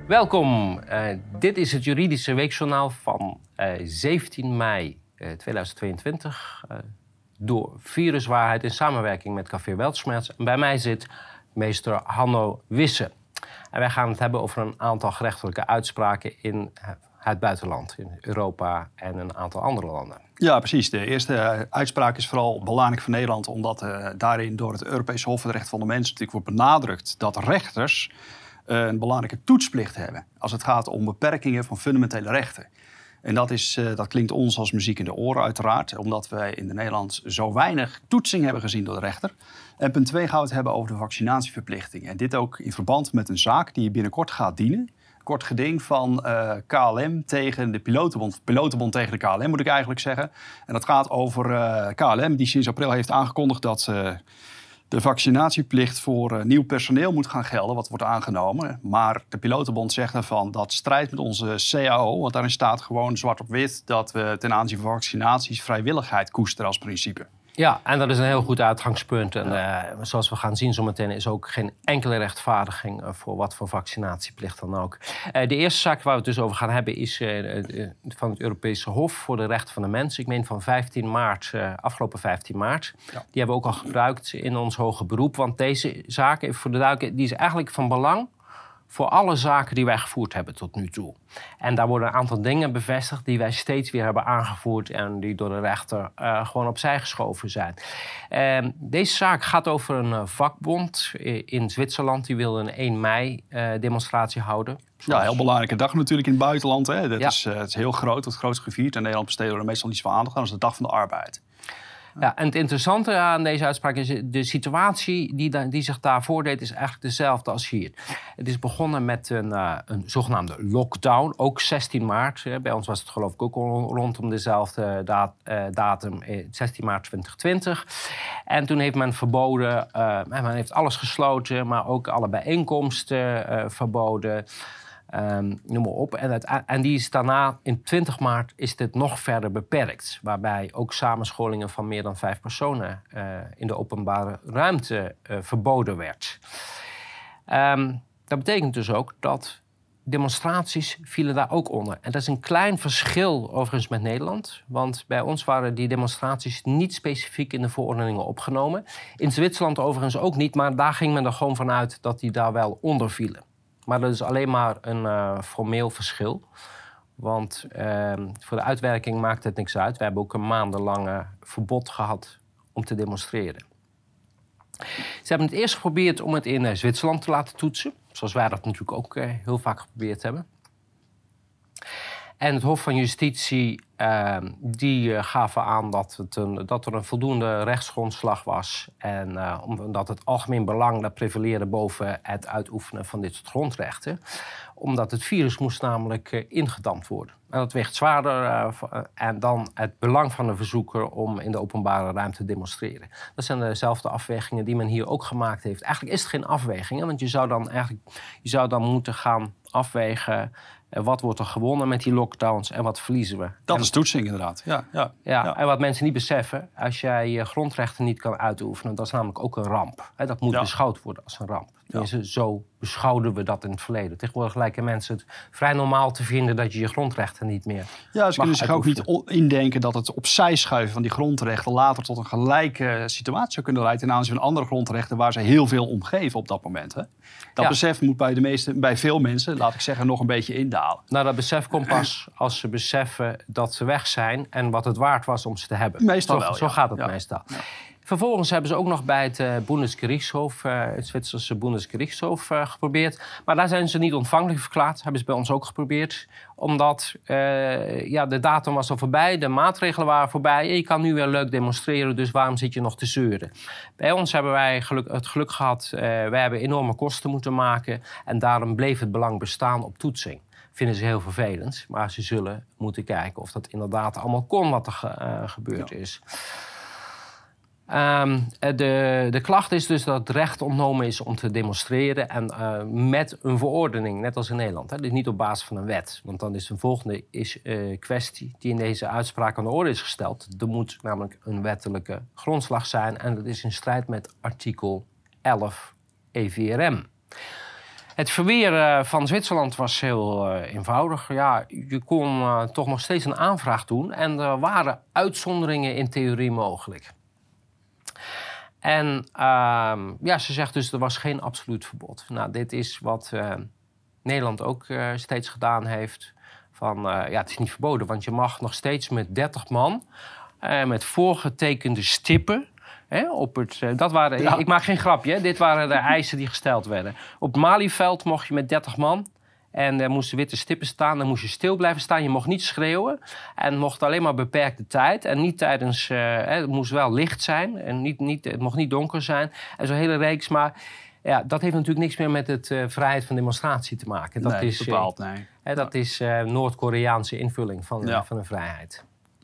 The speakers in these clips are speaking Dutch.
Welkom. Dit is het juridische weekjournaal van 17 mei 2022. Door Viruswaarheid in samenwerking met Café Weltschmerz. En bij mij zit meester Hanno Wisse. En wij gaan het hebben over een aantal gerechtelijke uitspraken in het buitenland. In Europa en een aantal andere landen. Ja, precies. De eerste uitspraak is vooral belangrijk voor Nederland, omdat daarin door het Europese Hof voor de Rechten van de Mens natuurlijk wordt benadrukt dat rechters een belangrijke toetsplicht hebben als het gaat om beperkingen van fundamentele rechten. En dat klinkt ons als muziek in de oren uiteraard, omdat wij in Nederland zo weinig toetsing hebben gezien door de rechter. En punt 2 gaan we het hebben over de vaccinatieverplichting. En dit ook in verband met een zaak die binnenkort gaat dienen. Kort geding van KLM tegen de pilotenbond. Pilotenbond tegen de KLM moet ik eigenlijk zeggen. En dat gaat over KLM die sinds april heeft aangekondigd dat de vaccinatieplicht voor nieuw personeel moet gaan gelden, wat wordt aangenomen. Maar de pilotenbond zegt daarvan dat strijdt met onze CAO, want daarin staat gewoon zwart op wit dat we ten aanzien van vaccinaties vrijwilligheid koesteren als principe. Ja, en dat is een heel goed uitgangspunt. En zoals we gaan zien zometeen is ook geen enkele rechtvaardiging voor wat voor vaccinatieplicht dan ook. De eerste zaak waar we het dus over gaan hebben is van het Europese Hof voor de Rechten van de Mens. Ik meen van 15 maart, afgelopen 15 maart. Ja. Die hebben we ook al gebruikt in ons hoger beroep. Want deze zaak, even voor de duidelijkheid, die is eigenlijk van belang voor alle zaken die wij gevoerd hebben tot nu toe. En daar worden een aantal dingen bevestigd die wij steeds weer hebben aangevoerd en die door de rechter gewoon opzij geschoven zijn. Deze zaak gaat over een vakbond in Zwitserland. Die wilde een 1 mei demonstratie houden. Ja, heel belangrijke dag natuurlijk in het buitenland. Hè. Het is heel groot, het grootst gevierd. En Nederland besteedt er meestal niet zoveel aandacht aan. Dat is de Dag van de Arbeid. Ja, en het interessante aan deze uitspraak is de situatie die zich daar voordeed is eigenlijk dezelfde als hier. Het is begonnen met een zogenaamde lockdown, ook 16 maart. Bij ons was het geloof ik ook rondom dezelfde datum, 16 maart 2020. En toen heeft men verboden, men heeft alles gesloten, maar ook alle bijeenkomsten verboden. Noem maar op. En die is daarna, in 20 maart, is dit nog verder beperkt. Waarbij ook samenscholingen van meer dan 5 personen in de openbare ruimte verboden werd. Dat betekent dus ook dat demonstraties vielen daar ook onder. En dat is een klein verschil overigens met Nederland. Want bij ons waren die demonstraties niet specifiek in de verordeningen opgenomen. In Zwitserland overigens ook niet, maar daar ging men er gewoon vanuit dat die daar wel onder vielen. Maar dat is alleen maar een formeel verschil. Want voor de uitwerking maakt het niks uit. We hebben ook een maandenlange verbod gehad om te demonstreren. Ze hebben het eerst geprobeerd om het in Zwitserland te laten toetsen. Zoals wij dat natuurlijk ook heel vaak geprobeerd hebben. En het Hof van Justitie die gaven aan dat er een voldoende rechtsgrondslag was. En omdat het algemeen belang dat prevaleerde boven het uitoefenen van dit soort grondrechten. Omdat het virus moest namelijk ingedampt worden. En dat weegt zwaarder en dan het belang van de verzoeker om in de openbare ruimte te demonstreren. Dat zijn dezelfde afwegingen die men hier ook gemaakt heeft. Eigenlijk is het geen afweging, want je zou dan moeten gaan afwegen. Wat wordt er gewonnen met die lockdowns en wat verliezen we? Dat is toetsing inderdaad. Ja. En wat mensen niet beseffen, als jij je grondrechten niet kan uitoefenen, dat is namelijk ook een ramp. Dat moet beschouwd worden als een ramp. Tenminste, zo beschouwden we dat in het verleden. Tegenwoordig lijken mensen het vrij normaal te vinden dat je je grondrechten niet meer Ja, ze kunnen zich ook niet indenken dat het opzij schuiven van die grondrechten later tot een gelijke situatie zou kunnen leiden ten aanzien van andere grondrechten waar ze heel veel om geven op dat moment. Hè? Dat besef moet bij veel mensen, laat ik zeggen, nog een beetje indalen. Nou, dat besef komt pas als ze beseffen dat ze weg zijn en wat het waard was om ze te hebben. Meestal wel, Zo gaat het meestal. Ja. Vervolgens hebben ze ook nog bij het Bundesgerichtshof, het Zwitserse Bundesgerichtshof, geprobeerd. Maar daar zijn ze niet ontvankelijk verklaard. Hebben ze bij ons ook geprobeerd. Omdat de datum was al voorbij, de maatregelen waren voorbij. Je kan nu weer leuk demonstreren, dus waarom zit je nog te zeuren? Bij ons hebben wij het geluk gehad, wij hebben enorme kosten moeten maken. En daarom bleef het belang bestaan op toetsing. Vinden ze heel vervelend, maar ze zullen moeten kijken of dat inderdaad allemaal kon wat er gebeurd is. De klacht is dus dat het recht ontnomen is om te demonstreren en met een verordening, net als in Nederland. Hè? Dus niet op basis van een wet. Want dan is een volgende kwestie die in deze uitspraak aan de orde is gesteld. Er moet namelijk een wettelijke grondslag zijn en dat is in strijd met artikel 11 EVRM. Het verweer van Zwitserland was heel eenvoudig. Ja, je kon toch nog steeds een aanvraag doen. En er waren uitzonderingen in theorie mogelijk. En ze zegt dus er was geen absoluut verbod. Nou, dit is wat Nederland ook steeds gedaan heeft. Het is niet verboden, want je mag nog steeds met 30 man... met voorgetekende stippen... Ik maak geen grapje, hè. Dit waren de eisen die gesteld werden. Op het Malieveld mocht je met 30 man... en er moesten witte stippen staan. Dan moest je stil blijven staan. Je mocht niet schreeuwen. En mocht alleen maar beperkte tijd. En niet tijdens... het moest wel licht zijn. En het mocht niet donker zijn. En zo'n hele reeks. Maar ja, dat heeft natuurlijk niks meer met het vrijheid van demonstratie te maken. Dat is bepaald, nee. Dat is Noord-Koreaanse invulling van de vrijheid.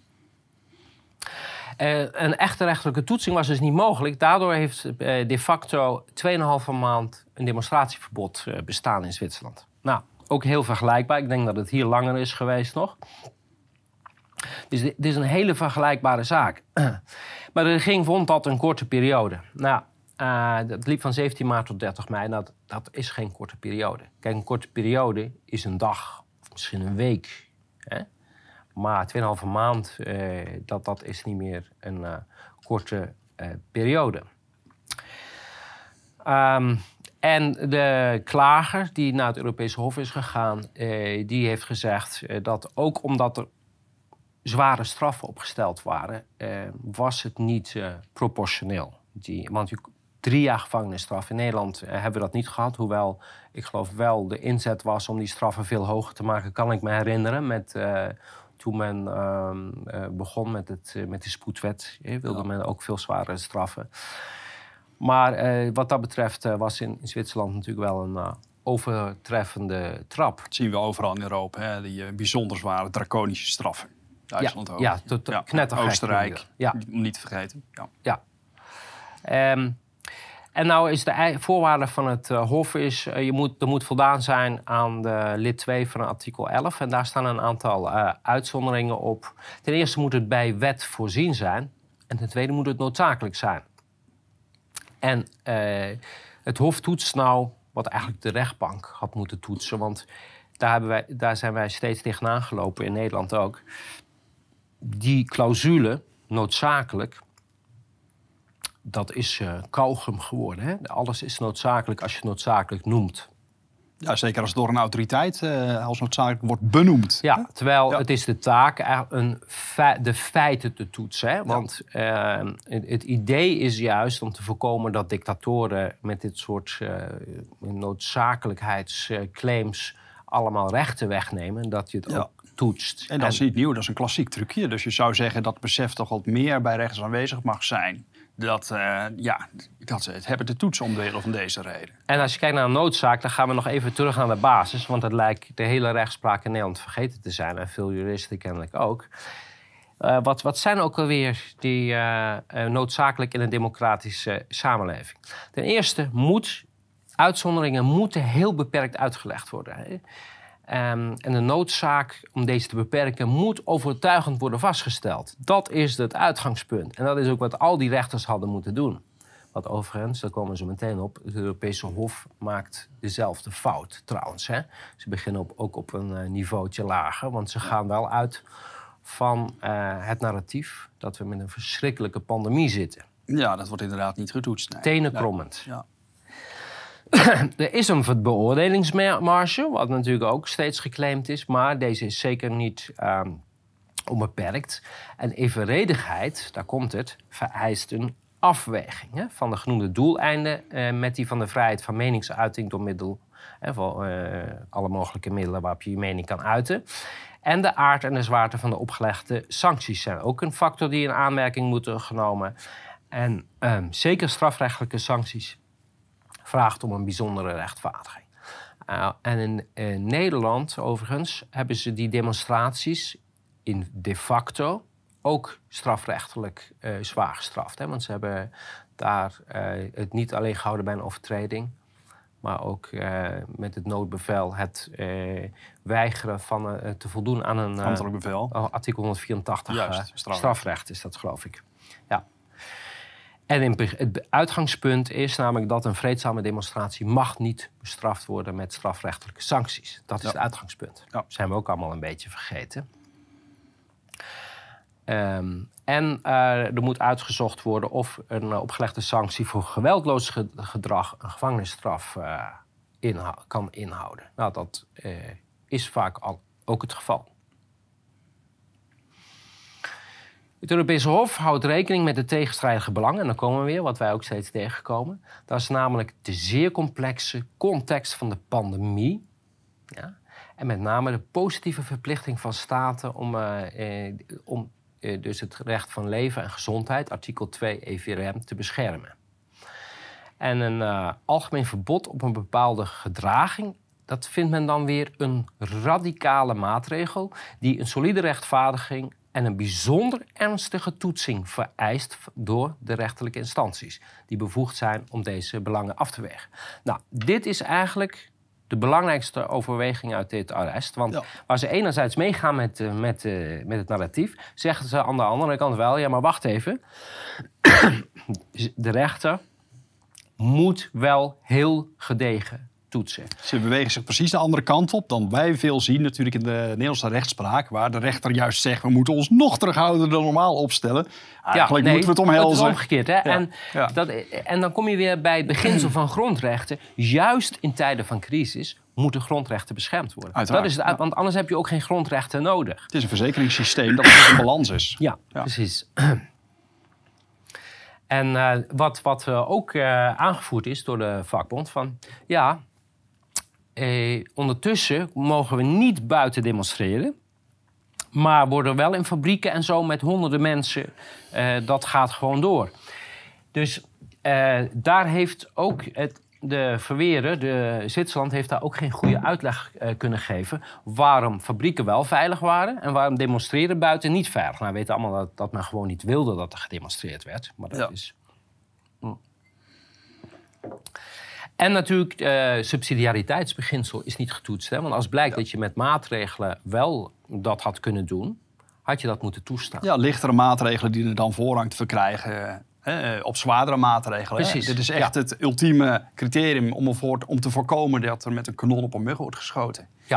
Een echte rechterlijke toetsing was dus niet mogelijk. Daardoor heeft de facto 2,5 maand een demonstratieverbod bestaan in Zwitserland. Nou, ook heel vergelijkbaar. Ik denk dat het hier langer is geweest nog. Dus dit is een hele vergelijkbare zaak. Maar de regering vond dat een korte periode. Nou, dat liep van 17 maart tot 30 mei. Nou, dat is geen korte periode. Kijk, een korte periode is een dag of misschien een week. Hè? Maar 2,5 maand, dat is niet meer een korte periode. En de klager die naar het Europese Hof is gegaan... die heeft gezegd dat ook omdat er zware straffen opgesteld waren... was het niet proportioneel. Want 3 jaar gevangenisstraf. In Nederland hebben we dat niet gehad. Hoewel, ik geloof wel, de inzet was om die straffen veel hoger te maken... kan ik me herinneren toen men begon met de spoedwet. Wilde men ook veel zware straffen. Maar wat dat betreft was in Zwitserland natuurlijk wel een overtreffende trap. Dat zien we overal in Europa, hè? Die bijzonder zware draconische straffen. Duitsland ook. Ja, knettergek. Oostenrijk, om niet te vergeten. Ja. En nou is de voorwaarde van het Hof is... er moet voldaan zijn aan de lid 2 van artikel 11. En daar staan een aantal uitzonderingen op. Ten eerste moet het bij wet voorzien zijn. En ten tweede moet het noodzakelijk zijn. En het Hof toetst nou wat eigenlijk de rechtbank had moeten toetsen. Want daar zijn wij steeds tegenaan gelopen, in Nederland ook. Die clausule, noodzakelijk... dat is kauwgum geworden. Hè? Alles is noodzakelijk als je het noodzakelijk noemt. Ja, zeker als het door een autoriteit als noodzakelijk wordt benoemd. Ja, terwijl het is de taak de feiten te toetsen. Hè? Want het idee is juist om te voorkomen dat dictatoren... met dit soort noodzakelijkheidsclaims allemaal rechten wegnemen. Dat je het ook toetst. En dat is niet nieuw, dat is een klassiek trucje. Dus je zou zeggen dat het besef toch wat meer bij rechters aanwezig mag zijn... dat ze het hebben te toetsen omwille van deze reden. En als je kijkt naar een noodzaak, dan gaan we nog even terug naar de basis. Want dat lijkt de hele rechtspraak in Nederland vergeten te zijn. En veel juristen kennelijk ook. Wat zijn ook alweer die noodzakelijk in een democratische samenleving? Ten eerste uitzonderingen moeten heel beperkt uitgelegd worden. Hè? En de noodzaak om deze te beperken moet overtuigend worden vastgesteld. Dat is het uitgangspunt. En dat is ook wat al die rechters hadden moeten doen. Wat overigens, daar komen ze meteen op, het Europese Hof maakt dezelfde fout trouwens. Hè? Ze beginnen ook op een niveautje lager, want ze gaan wel uit van het narratief dat we met een verschrikkelijke pandemie zitten. Ja, dat wordt inderdaad niet getoetst. Nee. Tenenkrommend. Ja. Er is een beoordelingsmarge, wat natuurlijk ook steeds geclaimd is... maar deze is zeker niet onbeperkt. En evenredigheid, daar komt het, vereist een afweging... Hè, van de genoemde doeleinden met die van de vrijheid van meningsuiting... door middel van alle mogelijke middelen waarop je je mening kan uiten... En de aard en de zwaarte van de opgelegde sancties zijn ook een factor die in aanmerking moet worden genomen. En zeker strafrechtelijke sancties vraagt om een bijzondere rechtvaardiging. En in Nederland, overigens, hebben ze die demonstraties in de facto ook strafrechtelijk zwaar gestraft. Hè? Want ze hebben daar het niet alleen gehouden bij een overtreding, maar ook met het noodbevel het weigeren van te voldoen aan een ambtelijk bevel. Artikel 184 Juist, strafrecht is dat, geloof ik. Ja. En het uitgangspunt is namelijk dat een vreedzame demonstratie mag niet bestraft worden met strafrechtelijke sancties. Dat is het uitgangspunt. Dat zijn we ook allemaal een beetje vergeten. En er moet uitgezocht worden of een opgelegde sanctie voor geweldloos gedrag een gevangenisstraf kan inhouden. Nou, dat is vaak ook het geval. Het Europese Hof houdt rekening met de tegenstrijdige belangen. En dan komen we weer, wat wij ook steeds tegenkomen. Dat is namelijk de zeer complexe context van de pandemie. Ja? En met name de positieve verplichting van staten om dus het recht van leven en gezondheid, artikel 2 EVRM, te beschermen. En een algemeen verbod op een bepaalde gedraging, dat vindt men dan weer een radicale maatregel die een solide rechtvaardiging en een bijzonder ernstige toetsing vereist door de rechterlijke instanties die bevoegd zijn om deze belangen af te wegen. Nou, dit is eigenlijk de belangrijkste overweging uit dit arrest. Want waar ze enerzijds meegaan met het narratief, zeggen ze aan de andere kant wel, ja, maar wacht even. De rechter moet wel heel gedegen toetsen. Ze bewegen zich precies de andere kant op dan wij veel zien natuurlijk in de Nederlandse rechtspraak, waar de rechter juist zegt, we moeten ons nog terughoudender dan normaal opstellen. Eigenlijk moeten we het omhelzen. Het is omgekeerd. Hè? En dan kom je weer bij het beginsel van grondrechten. Juist in tijden van crisis moeten grondrechten beschermd worden. Uiteraard. Dat is het, want anders heb je ook geen grondrechten nodig. Het is een verzekeringssysteem dat in balans is. Ja, precies. En wat ook aangevoerd is door de vakbond van, ja, ondertussen mogen we niet buiten demonstreren, maar worden wel in fabrieken en zo met honderden mensen, dat gaat gewoon door. Dus daar heeft ook de verweerder, Zwitserland heeft daar ook geen goede uitleg kunnen geven waarom fabrieken wel veilig waren en waarom demonstreren buiten niet veilig. Nou, we weten allemaal dat men gewoon niet wilde dat er gedemonstreerd werd, maar dat is... En natuurlijk, subsidiariteitsbeginsel is niet getoetst. Hè? Want als blijkt dat je met maatregelen wel dat had kunnen doen, had je dat moeten toestaan. Ja, lichtere maatregelen die er dan voorrang te verkrijgen op zwaardere maatregelen. Precies. Dit is echt het ultieme criterium om te voorkomen dat er met een kanon op een mug wordt geschoten. Ja.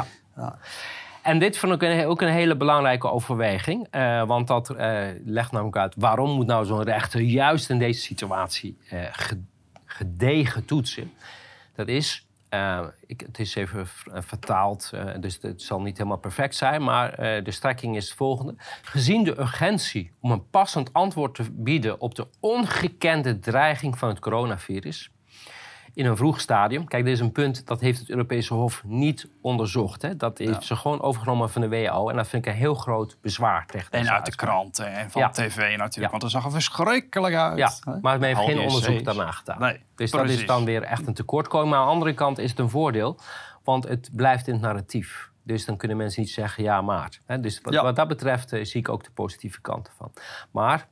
En dit vond ik ook een hele belangrijke overweging. Want dat legt namelijk uit, waarom moet nou zo'n rechter juist in deze situatie gedegen toetsen? Dat is, het is even vertaald, dus het zal niet helemaal perfect zijn, maar de strekking is het volgende. Gezien de urgentie om een passend antwoord te bieden op de ongekende dreiging van het coronavirus in een vroeg stadium. Kijk, dit is een punt dat heeft het Europese Hof niet onderzocht. Hè? Dat heeft ze gewoon overgenomen van de WHO. En dat vind ik een heel groot bezwaar tegen deze En uit uitspraak. de kranten en van tv natuurlijk. Want dat zag er verschrikkelijk uit. Ja, maar men heeft geen onderzoek daarna gedaan. Nee, dus dat is dan weer echt een tekortkoming. Maar aan de andere kant is het een voordeel. Want het blijft in het narratief. Dus dan kunnen mensen niet zeggen ja, maar. Dus wat dat betreft zie ik ook de positieve kanten van. Maar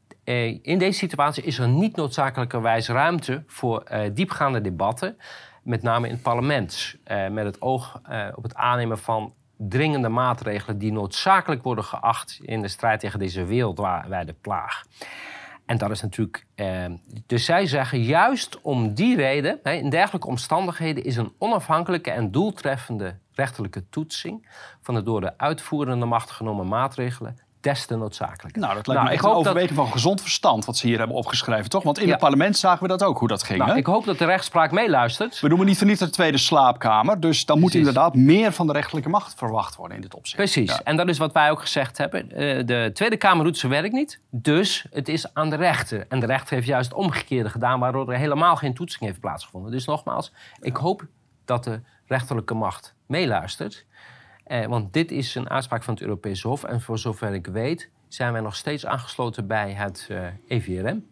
in deze situatie is er niet noodzakelijkerwijs ruimte voor diepgaande debatten. Met name in het parlement. Met het oog op het aannemen van dringende maatregelen die noodzakelijk worden geacht in de strijd tegen deze wereldwijde plaag. En dat is natuurlijk... dus zij zeggen juist om die reden, in dergelijke omstandigheden is een onafhankelijke en doeltreffende rechterlijke toetsing van de door de uitvoerende macht genomen maatregelen des te noodzakelijker. Nou, dat lijkt me echt een overweging van gezond verstand wat ze hier hebben opgeschreven, toch? Want in het parlement zagen we dat ook, hoe dat ging. Nou, hè? ik hoop dat de rechtspraak meeluistert. We noemen niet voor niets de tweede slaapkamer. Dus dan moet inderdaad meer van de rechterlijke macht verwacht worden in dit opzicht. Precies. Ja. En dat is wat wij ook gezegd hebben. De Tweede Kamer doet zijn werk niet. Dus het is aan de rechter. En de rechter heeft juist het omgekeerde gedaan, waardoor er helemaal geen toetsing heeft plaatsgevonden. Dus nogmaals, ik hoop dat de rechterlijke macht meeluistert. Want dit is een uitspraak van het Europese Hof. En voor zover ik weet zijn wij nog steeds aangesloten bij het EVRM.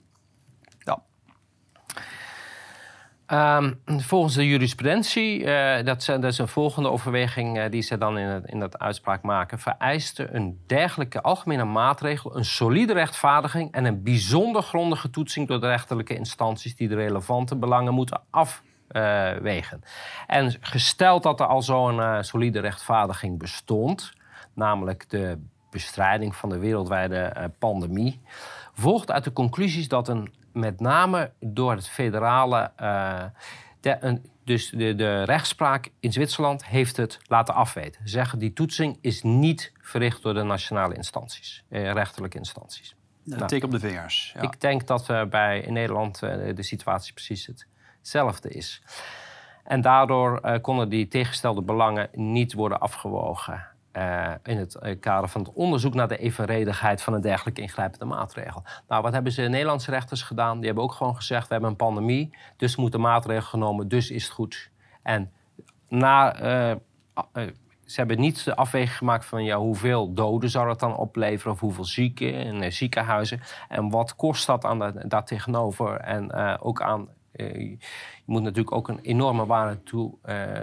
Ja. Volgens de jurisprudentie, dat is een volgende overweging die ze dan in dat uitspraak maken, vereiste een dergelijke algemene maatregel een solide rechtvaardiging en een bijzonder grondige toetsing door de rechterlijke instanties die de relevante belangen moeten afwegen. En gesteld dat er al zo'n solide rechtvaardiging bestond, namelijk de bestrijding van de wereldwijde pandemie, volgt uit de conclusies dat een met name door het federale... Dus de rechtspraak in Zwitserland heeft het laten afweten. Ze zeggen, die toetsing is niet verricht door de nationale instanties, rechterlijke instanties. Tik op de vingers. Ja. Ik denk dat in Nederland de situatie precies hetzelfde is. En daardoor konden die tegenstelde belangen niet worden afgewogen... in het kader van het onderzoek naar de evenredigheid van een dergelijke ingrijpende maatregel. Nou, wat hebben de Nederlandse rechters gedaan? Die hebben ook gewoon gezegd, we hebben een pandemie, dus moeten maatregelen genomen, dus is het goed. En ze hebben niet de afweging gemaakt van hoeveel doden zou dat dan opleveren... of hoeveel zieken in ziekenhuizen. En wat kost dat daar tegenover? En ook aan... je moet natuurlijk ook een enorme waarde toe...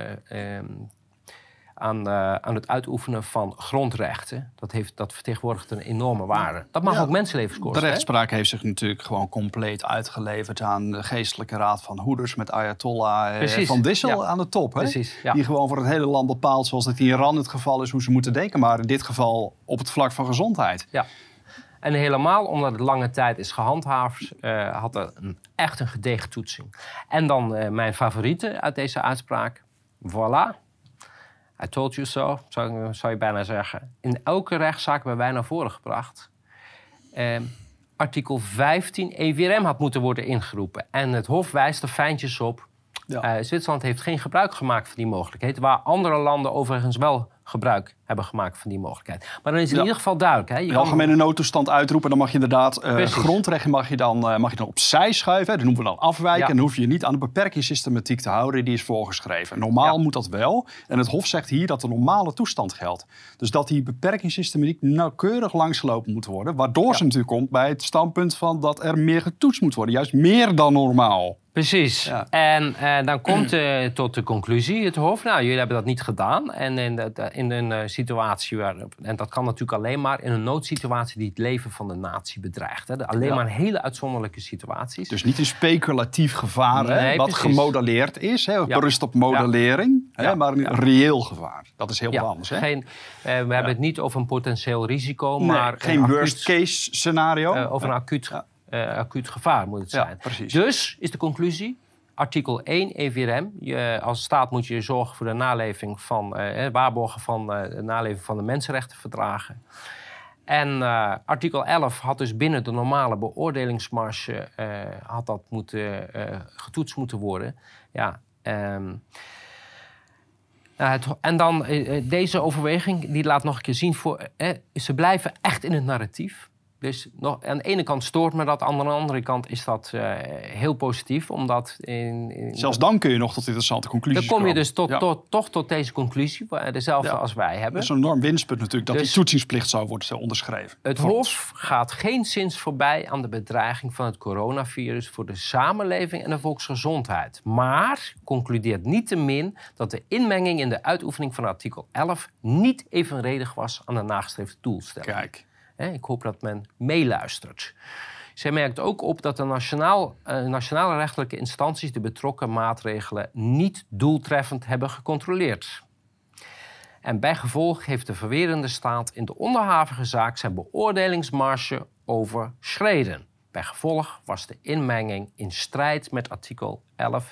aan het uitoefenen van grondrechten. Dat vertegenwoordigt een enorme waarde. Dat mag ook mensenlevens kosten. De rechtspraak heeft zich natuurlijk gewoon compleet uitgeleverd... aan de geestelijke raad van hoeders... met Ayatollah Van Dissel aan de top. Hè? Precies, ja. Die gewoon voor het hele land bepaalt... zoals dat in Iran het geval is, hoe ze moeten denken. Maar in dit geval op het vlak van gezondheid. Ja. En helemaal omdat het lange tijd is gehandhaafd... had er echt een gedegen toetsing. En dan mijn favoriete uit deze uitspraak. Voilà. I told you so, zou je bijna zeggen. In elke rechtszaak hebben wij naar voren gebracht. Artikel 15 EVRM had moeten worden ingeroepen. En het Hof wijst er fijntjes op. Ja. Zwitserland heeft geen gebruik gemaakt van die mogelijkheid. Waar andere landen overigens wel gebruik hebben gemaakt van die mogelijkheid. Maar dan is het in ieder geval duidelijk. Hè? Je algemene noodtoestand uitroepen, dan mag je inderdaad grondrechten mag je dan opzij schuiven. Dat noemen we dan afwijken. En dan hoef je je niet aan de beperkingssystematiek te houden die is voorgeschreven. Normaal moet dat wel. En het Hof zegt hier dat de normale toestand geldt. Dus dat die beperkingssystematiek nauwkeurig langsgelopen moet worden. Waardoor ze natuurlijk komt bij het standpunt van dat er meer getoetst moet worden. Juist meer dan normaal. Precies. Ja. En dan komt tot de conclusie, het Hof... nou, jullie hebben dat niet gedaan. En in een situatie waar... en dat kan natuurlijk alleen maar in een noodsituatie... die het leven van de natie bedreigt. Hè. Alleen maar hele uitzonderlijke situaties. Dus niet een speculatief gevaar, wat gemodelleerd is. Hè, berust op modellering. Hè, maar een reëel gevaar. Dat is heel anders. Hè? We hebben het niet over een potentieel risico, maar... geen worst case scenario. Over een acuut gevaar moet het zijn. Precies. Dus is de conclusie, artikel 1 EVRM... als staat moet je zorgen voor de naleving van... waarborgen van de naleving van de mensenrechtenverdragen. En artikel 11 had dus binnen de normale beoordelingsmarge... had dat getoetst moeten worden. Ja, en dan deze overweging, die laat nog een keer zien... ze blijven echt in het narratief... Dus aan de ene kant stoort me dat, aan de andere kant is dat heel positief. Omdat zelfs dan kun je nog tot interessante conclusies komen. Dan kom je dus toch tot deze conclusie, dezelfde als wij hebben. Dat is een enorm winstpunt natuurlijk, dat die toetsingsplicht zou worden onderschreven. Het Hof gaat geenszins voorbij aan de bedreiging van het coronavirus... voor de samenleving en de volksgezondheid. Maar concludeert niettemin dat de inmenging in de uitoefening van artikel 11... niet evenredig was aan de nagestreefde doelstelling. Kijk. Ik hoop dat men meeluistert. Zij merkt ook op dat de nationale rechtelijke instanties... de betrokken maatregelen niet doeltreffend hebben gecontroleerd. En bijgevolg heeft de verwerende staat in de onderhavige zaak... zijn beoordelingsmarge overschreden. Bijgevolg was de inmenging in strijd met artikel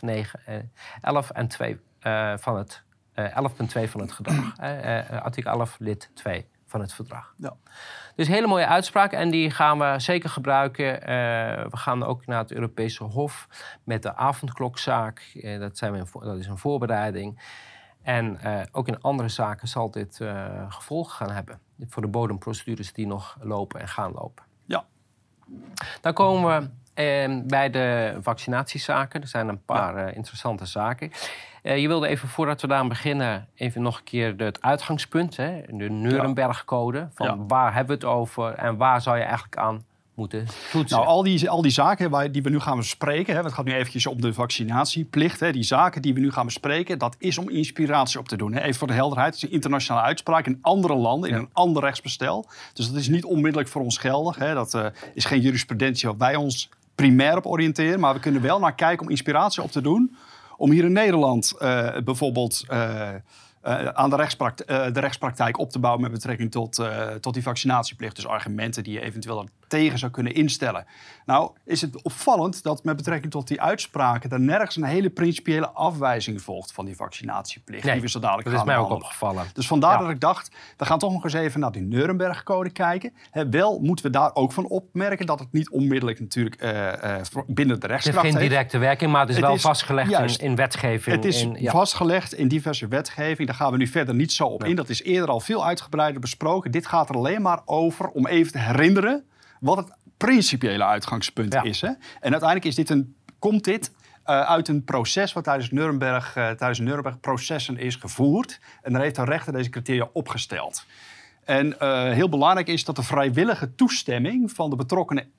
11 en 2 van het 11.2 van het gedrag. Artikel 11 lid 2 van het verdrag. Ja. Dus hele mooie uitspraak en die gaan we zeker gebruiken. We gaan ook naar het Europese Hof met de avondklokzaak. Dat is een voorbereiding. En ook in andere zaken zal dit gevolgen gaan hebben. Voor de bodemprocedures die nog lopen en gaan lopen. Ja. Dan komen we bij de vaccinatiezaken. Er zijn een paar interessante zaken. Je wilde even, voordat we daaraan beginnen... even nog een keer het uitgangspunt. Hè? De Nuremberg-code. Van waar hebben we het over en waar zou je eigenlijk aan moeten toetsen? Nou, al die zaken die we nu gaan bespreken... Hè, het gaat nu eventjes om de vaccinatieplicht. Hè, die zaken die we nu gaan bespreken... dat is om inspiratie op te doen. Hè. Even voor de helderheid. Het is een internationale uitspraak in andere landen... in een ander rechtsbestel. Dus dat is niet onmiddellijk voor ons geldig. Hè. Dat is geen jurisprudentie waar wij ons primair op oriënteren. Maar we kunnen wel naar kijken om inspiratie op te doen... om hier in Nederland bijvoorbeeld aan de rechtspraktijk op te bouwen... met betrekking tot die vaccinatieplicht. Dus argumenten die je eventueel tegen zou kunnen instellen. Nou is het opvallend dat met betrekking tot die uitspraken er nergens een hele principiële afwijzing volgt van die vaccinatieplicht. Nee, die we zo dadelijk dat gaan is mij ook behandelen. opgevallen. Dus vandaar dat ik dacht, we gaan toch nog eens even naar die Nuremberg-code kijken. Wel moeten we daar ook van opmerken dat het niet onmiddellijk natuurlijk binnen de rechtskracht Het heeft geen directe werking, maar het is wel vastgelegd in wetgeving. Het is vastgelegd in diverse wetgeving. Daar gaan we nu verder niet zo op in. Dat is eerder al veel uitgebreider besproken. Dit gaat er alleen maar over om even te herinneren wat het principiële uitgangspunt is. Hè? En uiteindelijk komt dit uit een proces wat tijdens Nuremberg-processen is gevoerd. En daar heeft de rechter deze criteria opgesteld. En heel belangrijk is dat de vrijwillige toestemming van de betrokkenen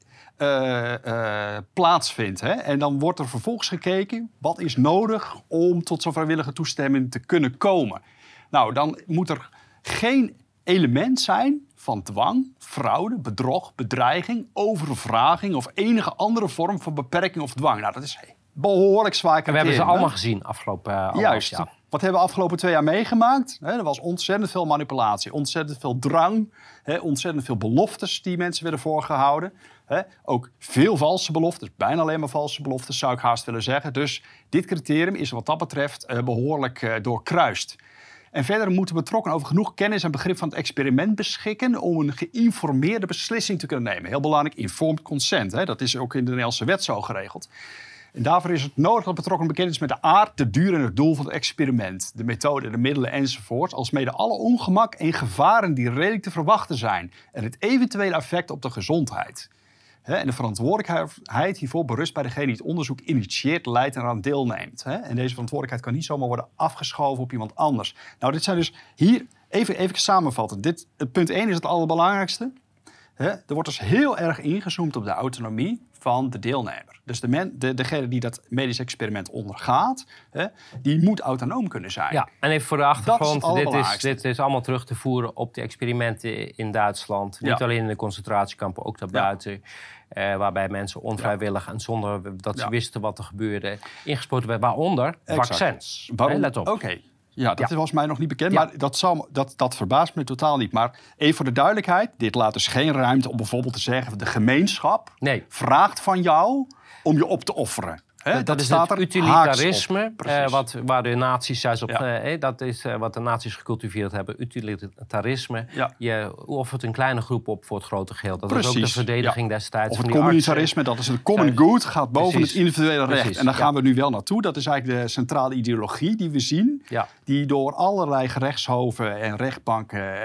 plaatsvindt. Hè? En dan wordt er vervolgens gekeken wat is nodig om tot zo'n vrijwillige toestemming te kunnen komen. Nou, dan moet er geen element zijn van dwang, fraude, bedrog, bedreiging, overvraging of enige andere vorm van beperking of dwang. Nou, dat is behoorlijk zwaar. En we hebben ze allemaal gezien afgelopen Juist. jaar. Wat hebben we afgelopen 2 jaar meegemaakt? Er was ontzettend veel manipulatie, ontzettend veel drang, ontzettend veel beloftes die mensen werden voorgehouden. Ook veel valse beloftes, bijna alleen maar valse beloftes zou ik haast willen zeggen. Dus dit criterium is wat dat betreft behoorlijk doorkruist. En verder moeten betrokkenen over genoeg kennis en begrip van het experiment beschikken om een geïnformeerde beslissing te kunnen nemen. Heel belangrijk, informed consent. Dat is ook in de Nederlandse wet zo geregeld. En daarvoor is het nodig dat betrokkenen bekend is met de aard, de duur en het doel van het experiment. De methode, de middelen enzovoort. Alsmede alle ongemak en gevaren die redelijk te verwachten zijn. En het eventuele effect op de gezondheid. En de verantwoordelijkheid hiervoor berust bij degene die het onderzoek initieert, leidt en eraan deelneemt. En deze verantwoordelijkheid kan niet zomaar worden afgeschoven op iemand anders. Nou, dit zijn dus hier, even samenvatten. Punt 1 is het allerbelangrijkste. Er wordt dus heel erg ingezoomd op de autonomie van de deelnemer. Dus degene die dat medisch experiment ondergaat, die moet autonoom kunnen zijn. Ja, en even voor de achtergrond, dit is allemaal terug te voeren op de experimenten in Duitsland. Niet alleen in de concentratiekampen, ook daarbuiten. Waarbij mensen onvrijwillig en zonder dat ze wisten wat er gebeurde, ingespoten werden. Waaronder vaccins. Let op. Oké. Ja, dat was mij nog niet bekend, maar dat verbaast me totaal niet. Maar even voor de duidelijkheid, dit laat dus geen ruimte om bijvoorbeeld te zeggen, de gemeenschap vraagt van jou om je op te offeren. Dat is het utilitarisme, waar de nazi's juist op... dat is wat de nazi's gecultiveerd hebben, utilitarisme. Ja. Je offert een kleine groep op voor het grote geheel. Dat was ook de verdediging destijds. Of het communitarisme, dat is het common good, gaat boven het individuele recht. En daar gaan we nu wel naartoe. Dat is eigenlijk de centrale ideologie die we zien. Ja. Die door allerlei gerechtshoven en rechtbanken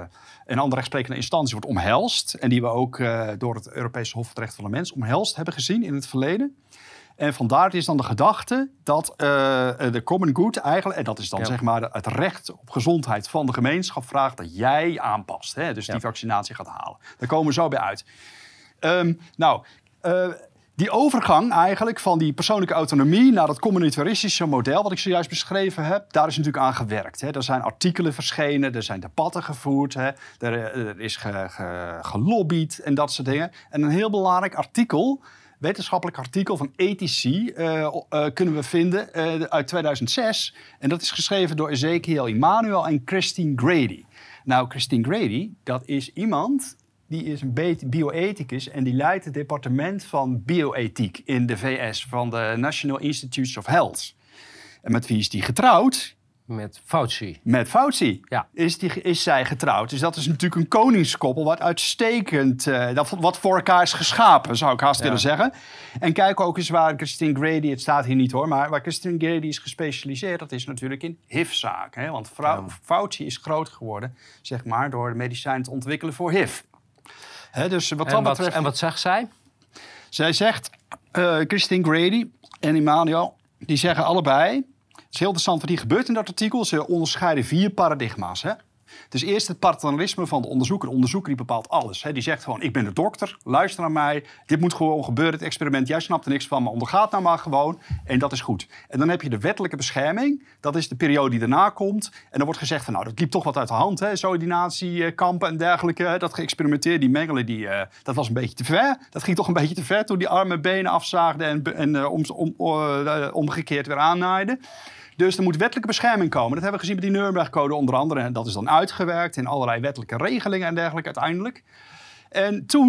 en andere rechtsprekende instanties wordt omhelst. En die we ook door het Europese Hof voor het Recht van de Mens omhelst hebben gezien in het verleden. En vandaar is dan de gedachte dat de common good eigenlijk, en dat is dan zeg maar het recht op gezondheid van de gemeenschap, vraagt dat jij aanpast. Dus die vaccinatie gaat halen. Daar komen we zo bij uit. Die overgang eigenlijk van die persoonlijke autonomie naar dat communitaristische model wat ik zojuist beschreven heb, daar is natuurlijk aan gewerkt. Er zijn artikelen verschenen, er zijn debatten gevoerd, er is gelobbyd en dat soort dingen. En een heel belangrijk artikel, wetenschappelijk artikel van ethici kunnen we vinden uit 2006. En dat is geschreven door Ezekiel Emanuel en Christine Grady. Nou, Christine Grady, dat is iemand die is een bioethicus en die leidt het departement van bioethiek in de VS van de National Institutes of Health. En met wie is die getrouwd? Met Fauci. Met Fauci is zij getrouwd. Dus dat is natuurlijk een koningskoppel wat uitstekend, wat voor elkaar is geschapen, zou ik haast willen zeggen. En kijk ook eens waar Christine Grady, het staat hier niet hoor, maar waar Christine Grady is gespecialiseerd, dat is natuurlijk in HIV-zaken. Want Fauci is groot geworden, zeg maar, door de medicijnen te ontwikkelen voor HIV. Dus En wat zegt zij? Zij zegt, Christine Grady en Emanuel, die zeggen allebei, het is heel interessant wat hier gebeurt in dat artikel. Ze onderscheiden 4 paradigma's. Het is eerst het paternalisme van de onderzoeker. De onderzoeker die bepaalt alles. Die zegt gewoon, ik ben de dokter, luister naar mij. Dit moet gewoon gebeuren, het experiment. Jij snapt er niks van, maar ondergaat nou maar gewoon. En dat is goed. En dan heb je de wettelijke bescherming. Dat is de periode die daarna komt. En dan wordt gezegd, van, nou, dat liep toch wat uit de hand. Zoïdinatiekampen en dergelijke. Dat geëxperimenteerd, die mengelen, dat was een beetje te ver. Dat ging toch een beetje te ver toen die armen benen afzaagden en omgekeerd weer aannaaiden. Dus er moet wettelijke bescherming komen. Dat hebben we gezien met die Nuremberg-code onder andere. En dat is dan uitgewerkt in allerlei wettelijke regelingen en dergelijke uiteindelijk. En toen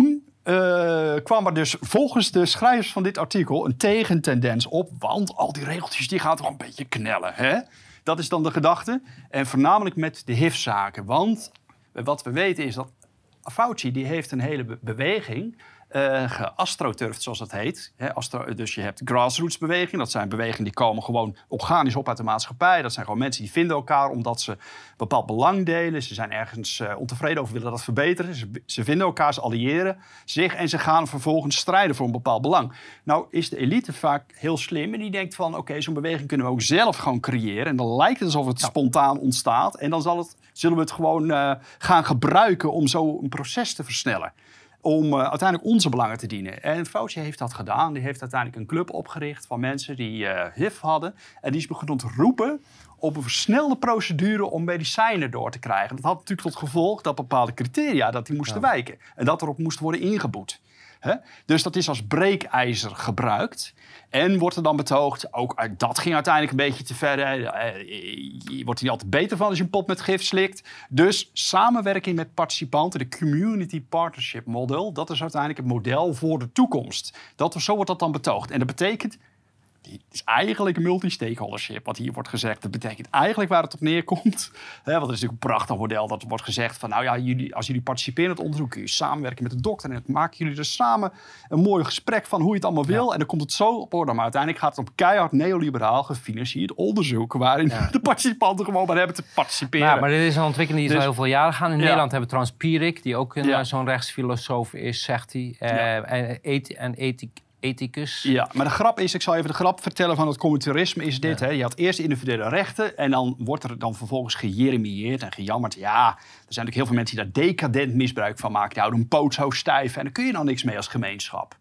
kwam er dus volgens de schrijvers van dit artikel een tegentendens op. Want al die regeltjes die gaan toch een beetje knellen. Hè? Dat is dan de gedachte. En voornamelijk met de HIV-zaken. Want wat we weten is dat Fauci die heeft een hele beweging geastroturfd, zoals dat heet. Dus je hebt grassroots-beweging. Dat zijn bewegingen die komen gewoon organisch op uit de maatschappij. Dat zijn gewoon mensen die vinden elkaar omdat ze bepaald belang delen. Ze zijn ergens ontevreden over, willen dat verbeteren. Ze vinden elkaar, ze alliëren zich en ze gaan vervolgens strijden voor een bepaald belang. Nou is de elite vaak heel slim en die denkt van oké, zo'n beweging kunnen we ook zelf gewoon creëren. En dan lijkt het alsof het spontaan ontstaat. En dan zullen we het gewoon gaan gebruiken om zo een proces te versnellen. Om uiteindelijk onze belangen te dienen. En Fauci heeft dat gedaan. Die heeft uiteindelijk een club opgericht van mensen die HIV hadden. En die is begonnen te roepen op een versnelde procedure om medicijnen door te krijgen. Dat had natuurlijk tot gevolg dat bepaalde criteria dat die moesten wijken. En dat erop moest worden ingeboet. Dus dat is als breekijzer gebruikt. En wordt er dan betoogd, ook dat ging uiteindelijk een beetje te ver. Je wordt er niet altijd beter van als je een pot met gif slikt. Dus samenwerking met participanten, de Community Partnership Model, dat is uiteindelijk het model voor de toekomst. Zo wordt dat dan betoogd. En dat betekent, het is eigenlijk multi-stakeholdership wat hier wordt gezegd. Dat betekent eigenlijk waar het op neerkomt. Want er is natuurlijk een prachtig model dat wordt gezegd van nou ja, als jullie participeren in het onderzoek, kun je samenwerken met de dokter en dan maken jullie er samen een mooi gesprek van hoe je het allemaal wil. Ja. En dan komt het zo op orde. Maar uiteindelijk gaat het om keihard neoliberaal gefinancierd onderzoek waarin de participanten gewoon maar hebben te participeren. Ja, maar dit is een ontwikkeling die is al heel veel jaren gaan. In Nederland hebben we trouwens Pierik, die ook zo'n rechtsfilosoof is, zegt hij. En ethicus. Ja, maar de grap is, ik zal even de grap vertellen van het communautarisme is dit. Hè? Je had eerst individuele rechten en dan wordt er dan vervolgens gejeremieerd en gejammerd. Ja, er zijn natuurlijk heel veel mensen die daar decadent misbruik van maken. Die houden een poot zo stijf en daar kun je nou niks mee als gemeenschap.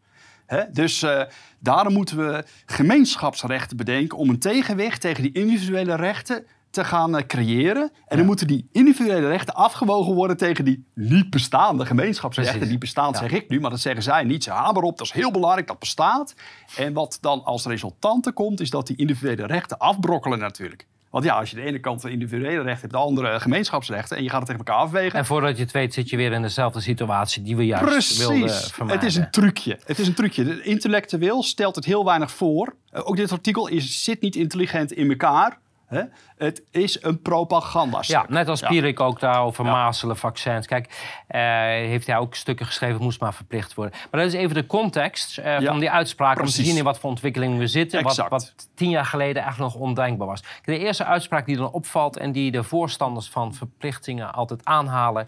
Dus daarom moeten we gemeenschapsrechten bedenken om een tegenwicht tegen die individuele rechten te gaan creëren. En dan moeten die individuele rechten afgewogen worden tegen die niet bestaande gemeenschapsrechten. Precies. Die bestaan, zeg ik nu, maar dat zeggen zij niet. Ze hameren op, dat is heel belangrijk, dat bestaat. En wat dan als resultante komt, is dat die individuele rechten afbrokkelen natuurlijk. Want ja, als je de ene kant de individuele rechten hebt, de andere gemeenschapsrechten, en je gaat het tegen elkaar afwegen. En voordat je het weet zit je weer in dezelfde situatie die we juist wilden vermijden. Het is een trucje. Het is een trucje. De intellectueel stelt het heel weinig voor. Ook dit artikel zit niet intelligent in elkaar. Het is een propagandastuk. Ja, net als Pierik ook daar over mazelen, vaccins. Kijk, heeft hij ook stukken geschreven, moest maar verplicht worden. Maar dat is even de context van die uitspraak. Om te zien in wat voor ontwikkeling we zitten. Wat 10 jaar geleden echt nog ondenkbaar was. De eerste uitspraak die dan opvalt en die de voorstanders van verplichtingen altijd aanhalen,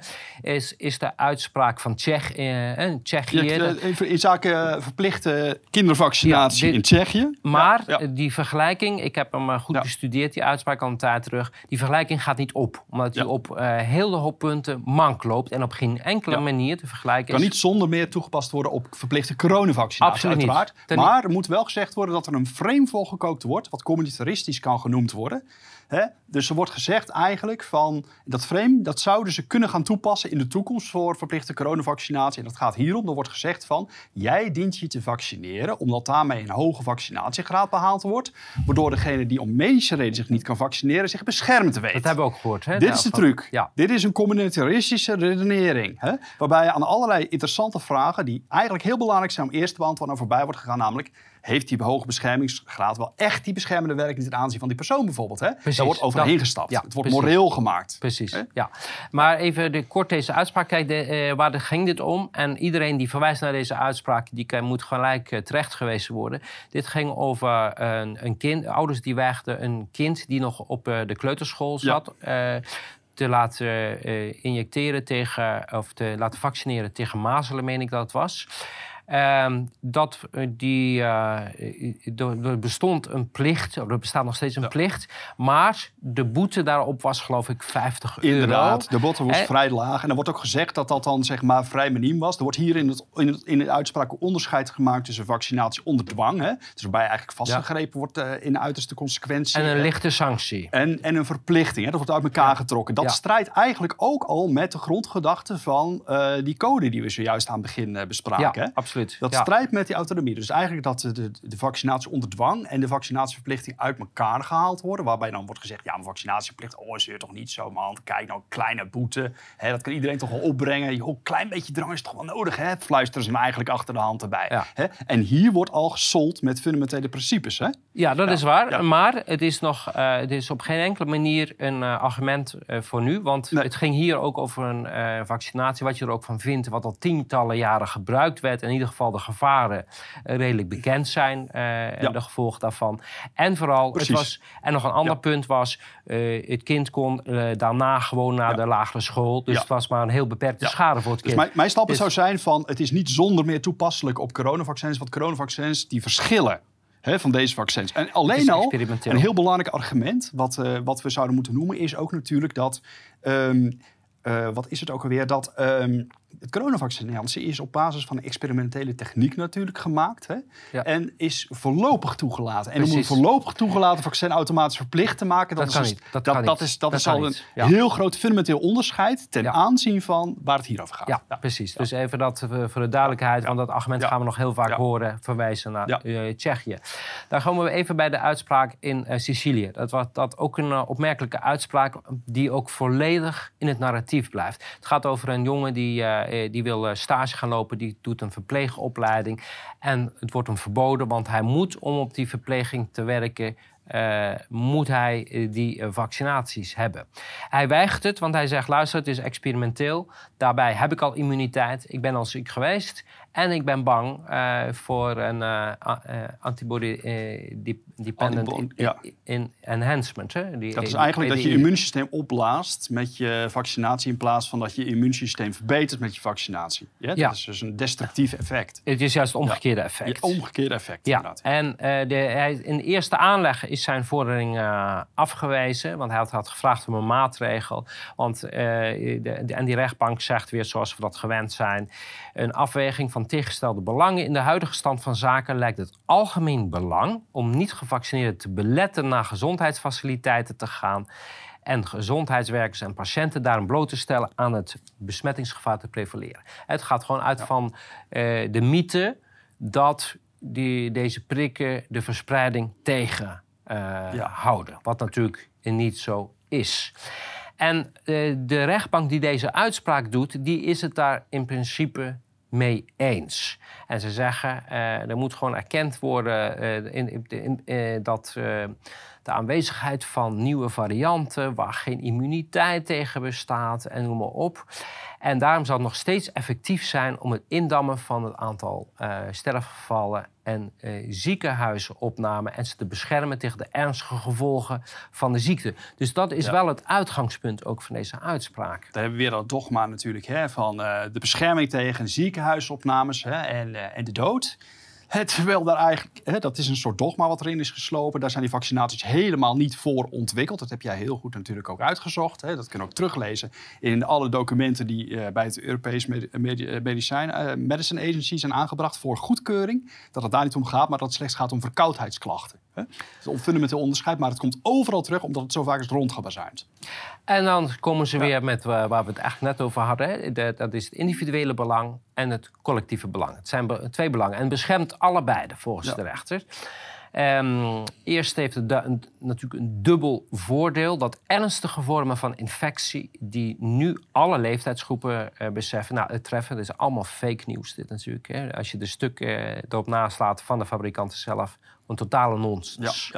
is de uitspraak van Tsjechië. In zaken verplichte kindervaccinatie in Tsjechië. Maar die vergelijking, ik heb hem goed bestudeerd, die uitspraak al een tijd terug. Die vergelijking gaat niet op. Omdat die op heel de hoop punten mank loopt. En op geen enkele manier te vergelijken is. Kan niet zonder meer toegepast worden op verplichte coronavaccinatie. Absoluut uiteraard. Niet. Maar er moet wel gezegd worden dat er een frame volgekookt wordt. Wat communitaristisch kan genoemd worden. Dus er wordt gezegd eigenlijk van dat frame, dat zouden ze kunnen gaan toepassen in de toekomst voor verplichte coronavaccinatie. En dat gaat hierom. Er wordt gezegd van, jij dient je te vaccineren, omdat daarmee een hoge vaccinatiegraad behaald wordt. Waardoor degene die om medische reden zich niet kan vaccineren, zich beschermd weet. Dat hebben we ook gehoord. Dit is de truc. Ja. Dit is een communitaristische redenering. Waarbij je aan allerlei interessante vragen, die eigenlijk heel belangrijk zijn om eerst te beantwoorden, naar voorbij wordt gegaan. Namelijk, heeft die hoge beschermingsgraad wel echt die beschermende werking ten aanzien van die persoon bijvoorbeeld? Precies, daar wordt overheen gestapt. Ja, het wordt moreel gemaakt. Precies, ja. Maar even kort deze uitspraak. Kijk, waar ging dit om? En iedereen die verwijst naar deze uitspraak, die moet gelijk terecht gewezen worden. Dit ging over een kind, ouders die weigerden een kind die nog op de kleuterschool zat, te laten injecteren of te laten vaccineren tegen mazelen, meen ik dat het was. Er bestond een plicht, er bestaat nog steeds een plicht, maar de boete daarop was geloof ik €50. Inderdaad, de boete was vrij laag. En er wordt ook gezegd dat dat dan zeg maar vrij miniem was. Er wordt hier in de uitspraak een onderscheid gemaakt tussen vaccinatie onder dwang. Dus waarbij eigenlijk vastgegrepen wordt in de uiterste consequentie. En een lichte sanctie. En een verplichting, dat wordt uit elkaar getrokken. Dat strijdt eigenlijk ook al met de grondgedachte van die code die we zojuist aan het begin bespraken. Ja, absoluut. absoluut. Dat strijdt met die autonomie. Dus eigenlijk dat de vaccinatie onder dwang en de vaccinatieverplichting uit elkaar gehaald worden. Waarbij dan wordt gezegd, ja, een vaccinatieverplicht, is er toch niet zo, man. Kijk nou, kleine boete. Hè, dat kan iedereen toch wel opbrengen. Joh, een klein beetje drang is toch wel nodig, hè? Fluisteren ze hem eigenlijk achter de hand erbij. Ja. Hè? En hier wordt al gesold met fundamentele principes, hè? Ja, dat is waar. Ja. Maar het is op geen enkele manier een argument voor nu. Want het ging hier ook over een vaccinatie, wat je er ook van vindt, wat al tientallen jaren gebruikt werd. In ieder geval de gevaren redelijk bekend zijn en de gevolgen daarvan. En vooral, en nog een ander punt was, het kind kon daarna gewoon naar de lagere school. Dus het was maar een heel beperkte schade voor het kind. Dus mijn standpunt zou zijn van, het is niet zonder meer toepasselijk op coronavaccins, want coronavaccins die verschillen van deze vaccins. En alleen al, een heel belangrijk argument, wat we zouden moeten noemen, is ook natuurlijk dat, wat is het ook alweer, dat het coronavaccinatie is op basis van een experimentele techniek natuurlijk gemaakt. Hè? Ja. En is voorlopig toegelaten. En om een voorlopig toegelaten vaccin automatisch verplicht te maken, dat is al een heel groot fundamenteel onderscheid ten aanzien van waar het hier over gaat. Ja, precies. Dus even dat voor de duidelijkheid, want dat argument gaan we nog heel vaak horen, verwijzen naar Tsjechië. Daar komen we even bij de uitspraak in Sicilië. Dat was ook een opmerkelijke uitspraak die ook volledig in het narratief blijft. Het gaat over een jongen die wil stage gaan lopen, die doet een verpleegopleiding. En het wordt hem verboden, want hij moet, om op die verpleging te werken, moet hij die vaccinaties hebben. Hij weigert het, want hij zegt, luister, het is experimenteel. Daarbij heb ik al immuniteit, ik ben al ziek geweest en ik ben bang voor een antibody-dependent enhancement. Dat is eigenlijk dat je immuunsysteem opblaast met je vaccinatie in plaats van dat je immuunsysteem verbetert met je vaccinatie. Ja, dat is dus een destructief effect. Het is juist het omgekeerde effect. Het omgekeerde effect, inderdaad. En in de eerste aanleg is zijn vordering afgewezen, want hij had gevraagd om een maatregel. En die rechtbank zegt weer, zoals we dat gewend zijn, een afweging van tegengestelde belangen. In de huidige stand van zaken lijkt het algemeen belang om niet-gevaccineerden te beletten naar gezondheidsfaciliteiten te gaan en gezondheidswerkers en patiënten daarom bloot te stellen aan het besmettingsgevaar te prevaleren. Het gaat gewoon uit van de mythe dat deze prikken de verspreiding tegenhouden. Wat natuurlijk niet zo is. En de rechtbank die deze uitspraak doet, die is het daar in principe mee eens. En ze zeggen, er moet gewoon erkend worden dat de aanwezigheid van nieuwe varianten waar geen immuniteit tegen bestaat en noem maar op. En daarom zal het nog steeds effectief zijn om het indammen van het aantal sterfgevallen en ziekenhuisopnamen en ze te beschermen tegen de ernstige gevolgen van de ziekte. Dus dat is wel het uitgangspunt ook van deze uitspraak. Daar hebben we weer dat dogma natuurlijk van de bescherming tegen ziekenhuisopnames en de dood. Terwijl daar eigenlijk, dat is een soort dogma wat erin is geslopen. Daar zijn die vaccinaties helemaal niet voor ontwikkeld. Dat heb jij heel goed natuurlijk ook uitgezocht. Dat kunnen we ook teruglezen in alle documenten die bij het Europees Medicine Agency zijn aangebracht voor goedkeuring. Dat het daar niet om gaat, maar dat het slechts gaat om verkoudheidsklachten. Het is een fundamenteel onderscheid, maar het komt overal terug omdat het zo vaak is rondgebazuind. En dan komen ze weer met waar we het eigenlijk net over hadden. Dat is het individuele belang en het collectieve belang. Het zijn twee belangen en het beschermt allebei volgens de rechter. Eerst heeft het natuurlijk een dubbel voordeel dat ernstige vormen van infectie die nu alle leeftijdsgroepen beseffen. Nou, het treffen, dat is allemaal fake nieuws dit natuurlijk. Als je de stukken erop naslaat van de fabrikanten zelf, een totale nonsens.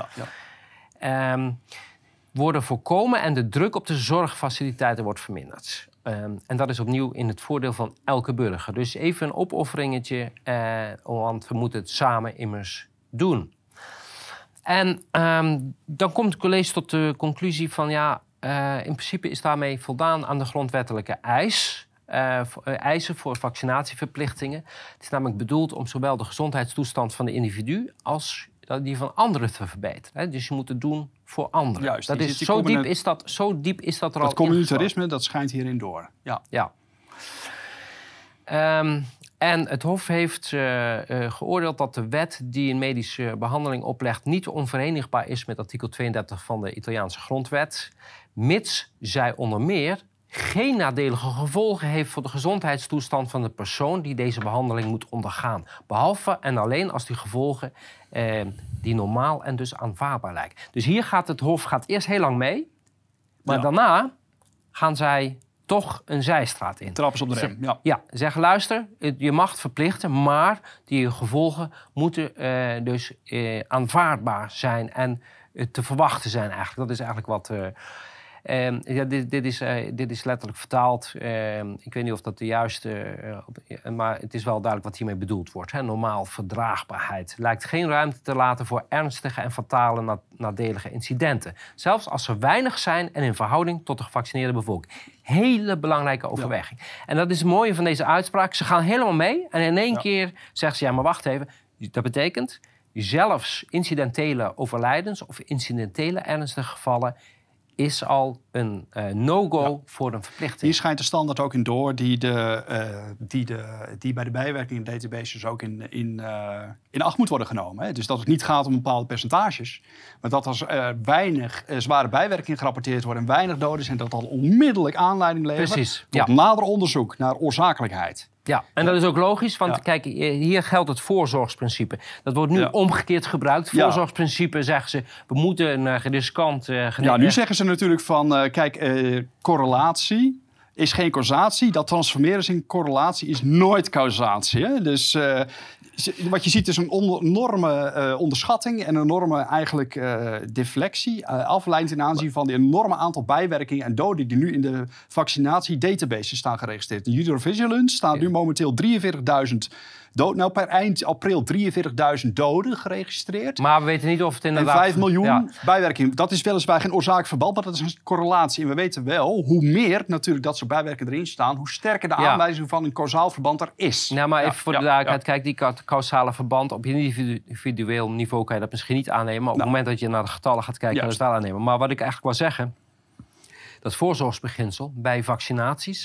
Worden voorkomen en de druk op de zorgfaciliteiten wordt verminderd. En dat is opnieuw in het voordeel van elke burger. Dus even een opofferingetje, want we moeten het samen immers doen. En dan komt het college tot de conclusie van in principe is daarmee voldaan aan de grondwettelijke eisen voor vaccinatieverplichtingen. Het is namelijk bedoeld om zowel de gezondheidstoestand van de individu als die van anderen te verbeteren. Dus je moet het doen voor anderen. Juist, dat is, zo diep is dat er al. Dat communitarisme, dat schijnt hierin door. Ja. En het Hof heeft geoordeeld dat de wet die een medische behandeling oplegt niet onverenigbaar is met artikel 32 van de Italiaanse grondwet, mits zij onder meer geen nadelige gevolgen heeft voor de gezondheidstoestand van de persoon die deze behandeling moet ondergaan. Behalve en alleen als die gevolgen die normaal en dus aanvaardbaar lijken. Dus hier gaat het Hof eerst heel lang mee, maar daarna gaan zij toch een zijstraat in. Trappen ze op de rem, ja. Ja, zeggen luister, je mag het verplichten, maar die gevolgen moeten dus aanvaardbaar zijn en te verwachten zijn eigenlijk. Dat is eigenlijk wat... dit is letterlijk vertaald. Ik weet niet of dat de juiste... maar het is wel duidelijk wat hiermee bedoeld wordt. Hè? Normaal verdraagbaarheid. Lijkt geen ruimte te laten voor ernstige en fatale nadelige incidenten. Zelfs als ze weinig zijn en in verhouding tot de gevaccineerde bevolking. Hele belangrijke overweging. Ja. En dat is het mooie van deze uitspraak. Ze gaan helemaal mee en in één keer zeggen ze... ja, maar wacht even. Dat betekent zelfs incidentele overlijdens of incidentele ernstige gevallen... is al een no-go voor een verplichting. Hier schijnt de standaard ook in door die bij de bijwerking in databases ook in acht moet worden genomen. Hè? Dus dat het niet gaat om bepaalde percentages, maar dat als er weinig zware bijwerkingen gerapporteerd worden en weinig doden zijn, dat dan onmiddellijk aanleiding levert tot nader onderzoek naar oorzakelijkheid. Ja, en dat is ook logisch, want kijk, hier geldt het voorzorgsprincipe. Dat wordt nu omgekeerd gebruikt. Voorzorgsprincipe zeggen ze, we moeten een riskant... Ja, nu zeggen ze natuurlijk van, correlatie is geen causatie. Dat transformeren in correlatie is nooit causatie. Hè? Dus wat je ziet is een enorme onderschatting en een enorme eigenlijk deflectie. Afleidend ten aanzien van de enorme aantal bijwerkingen en doden die nu in de vaccinatiedatabases staan geregistreerd. De Eurovigilance staat nu momenteel 43.000 doden. Nou, per eind april 43.000 doden geregistreerd. Maar we weten niet of het inderdaad... En 5 miljoen bijwerkingen. Dat is weliswaar geen oorzaakverband, maar dat is een correlatie. En we weten wel, hoe meer natuurlijk dat soort bijwerkingen erin staan, hoe sterker de aanwijzing van een causaal verband er is. Nou, maar even voor de duidelijkheid. Kijk, die causale verband op individueel niveau kan je dat misschien niet aannemen. Maar op het moment dat je naar de getallen gaat kijken, kan je dat wel aannemen. Maar wat ik eigenlijk wil zeggen, dat voorzorgsbeginsel bij vaccinaties...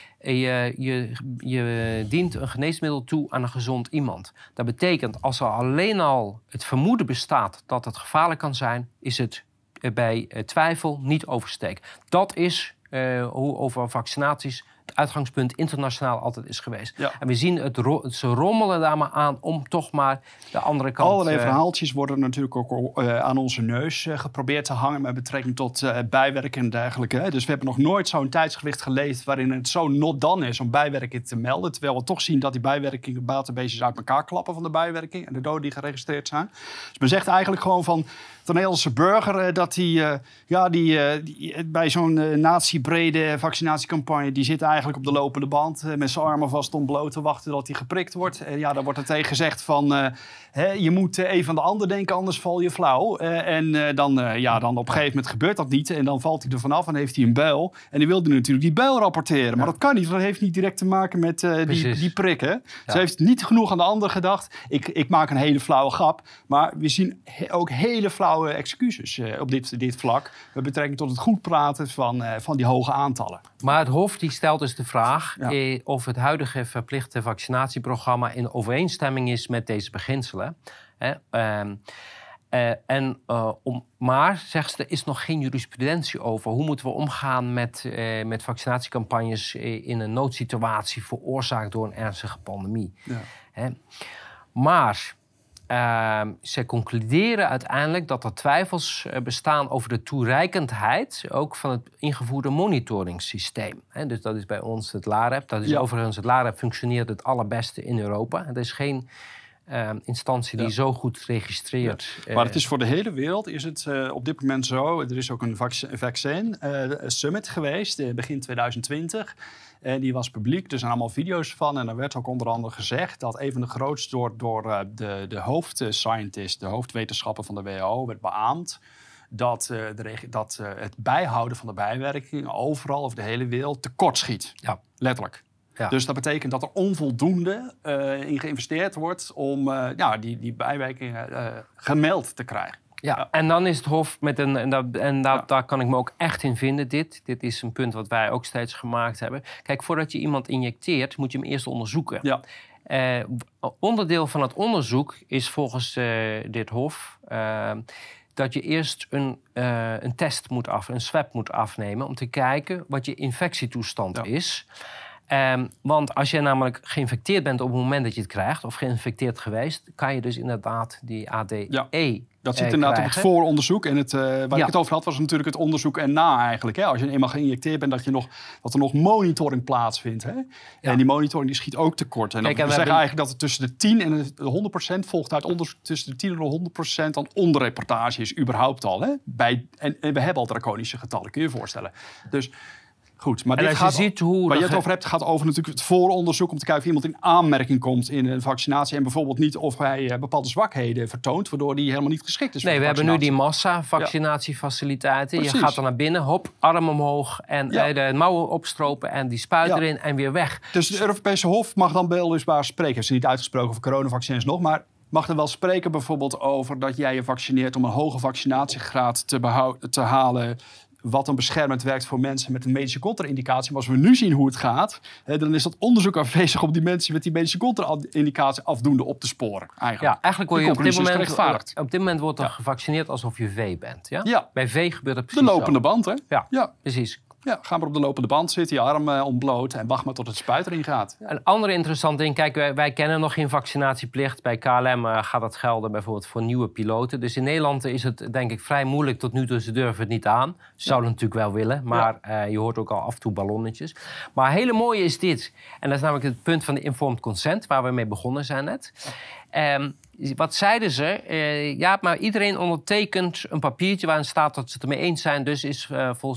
Je dient een geneesmiddel toe aan een gezond iemand. Dat betekent, als er alleen al het vermoeden bestaat dat het gevaarlijk kan zijn, is het bij twijfel niet oversteken. Dat is hoe over vaccinaties het uitgangspunt internationaal altijd is geweest. Ja. En we zien ze rommelen daar maar aan om toch maar de andere kant... Allerlei verhaaltjes worden natuurlijk ook aan onze neus geprobeerd te hangen met betrekking tot bijwerkingen en dergelijke. Hè. Dus we hebben nog nooit zo'n tijdsgewicht geleefd waarin het zo not done is om bijwerkingen te melden. Terwijl we toch zien dat die bijwerkingen databases uit elkaar klappen van de bijwerking en de doden die geregistreerd zijn. Dus men zegt eigenlijk gewoon van de Nederlandse burger dat die bij zo'n natiebrede vaccinatiecampagne, die zit eigenlijk op de lopende band met zijn armen vast om bloot te wachten dat hij geprikt wordt. Daar wordt er tegen gezegd van je moet even aan de ander denken, anders val je flauw. Dan op een gegeven moment gebeurt dat niet en dan valt hij er vanaf en heeft hij een buil. En die wilde natuurlijk die buil rapporteren. Maar dat kan niet, want dat heeft niet direct te maken met die prikken. Ja. Ze heeft niet genoeg aan de ander gedacht. Ik maak een hele flauwe grap. Maar we zien ook hele flauwe excuses op dit vlak met betrekking tot het goed praten van die hoge aantallen. Maar het Hof die stelt dus de vraag of het huidige verplichte vaccinatieprogramma in overeenstemming is met deze beginselen. Maar, zegt ze, er is nog geen jurisprudentie over. Hoe moeten we omgaan met vaccinatiecampagnes in een noodsituatie veroorzaakt door een ernstige pandemie? Ja. Maar ze concluderen uiteindelijk dat er twijfels bestaan over de toereikendheid ook van het ingevoerde monitoringssysteem. Dus dat is bij ons het LAREP. Dat is overigens, het LAREP functioneert het allerbeste in Europa. Er is geen instantie die zo goed registreert. Ja. Maar het is voor de hele wereld is het op dit moment zo. Er is ook een vaccin summit geweest begin 2020. En die was publiek, er zijn allemaal video's van. En er werd ook onder andere gezegd dat een van de grootste door de hoofdscientist, de hoofdwetenschapper van de WHO, werd beaamd dat het bijhouden van de bijwerkingen overal over de hele wereld tekortschiet. Ja. Letterlijk. Ja. Dus dat betekent dat er onvoldoende in geïnvesteerd wordt om die bijwerkingen gemeld te krijgen. Ja, en dan is het Hof met daar kan ik me ook echt in vinden. Dit is een punt wat wij ook steeds gemaakt hebben. Kijk, voordat je iemand injecteert, moet je hem eerst onderzoeken. Ja. Onderdeel van het onderzoek is volgens dit Hof dat je eerst een test moet een swab moet afnemen om te kijken wat je infectietoestand is. Want als je namelijk geïnfecteerd bent op het moment dat je het krijgt, of geïnfecteerd geweest, kan je dus inderdaad die ADE dat zit inderdaad op het vooronderzoek. En waar ik het over had, was natuurlijk het onderzoek erna eigenlijk. Hè? Als je eenmaal geïnjecteerd bent, dat er nog monitoring plaatsvindt. Hè? En die monitoring die schiet ook tekort. En we zeggen eigenlijk dat het tussen de 10 en de 100% volgt uit onderzoek tussen de 10 en de 100% aan onderreportage is überhaupt al. Hè? En we hebben al draconische getallen, kun je je voorstellen. Dus goed, maar dit gaat, waar je het over hebt, gaat over natuurlijk het vooronderzoek om te kijken of iemand in aanmerking komt in een vaccinatie en bijvoorbeeld niet of hij bepaalde zwakheden vertoont, waardoor die helemaal niet geschikt is voor de we hebben nu die massa-vaccinatiefaciliteiten. Ja. Je gaat er naar binnen, hop, arm omhoog en de mouwen opstropen en die spuit erin en weer weg. Dus het Europese Hof mag dan weliswaar spreken. Ze is niet uitgesproken over coronavaccins nog, maar mag er wel spreken bijvoorbeeld over dat jij je vaccineert om een hoge vaccinatiegraad te halen, wat dan beschermend werkt voor mensen met een medische contra-indicatie. Maar als we nu zien hoe het gaat, dan is dat onderzoek afwezig om die mensen met die medische contra-indicatie afdoende op te sporen. Eigenlijk. Ja, eigenlijk word je op dit moment wordt er gevaccineerd alsof je V bent. Ja? Bij V gebeurt het precies de lopende band, hè? Ja, precies. Ja, ga maar op de lopende band zitten, je arm ontbloot en wacht maar tot het spuit erin gaat. Een andere interessant ding, kijk, wij kennen nog geen vaccinatieplicht. Bij KLM gaat dat gelden bijvoorbeeld voor nieuwe piloten. Dus in Nederland is het denk ik vrij moeilijk. Tot nu toe, ze durven het niet aan. Ze zouden het natuurlijk wel willen, maar je hoort ook al af en toe ballonnetjes. Maar hele mooie is dit. En dat is namelijk het punt van de informed consent, waar we mee begonnen zijn net. Wat zeiden ze? Maar iedereen ondertekent een papiertje waarin staat dat ze het ermee eens zijn. Dus is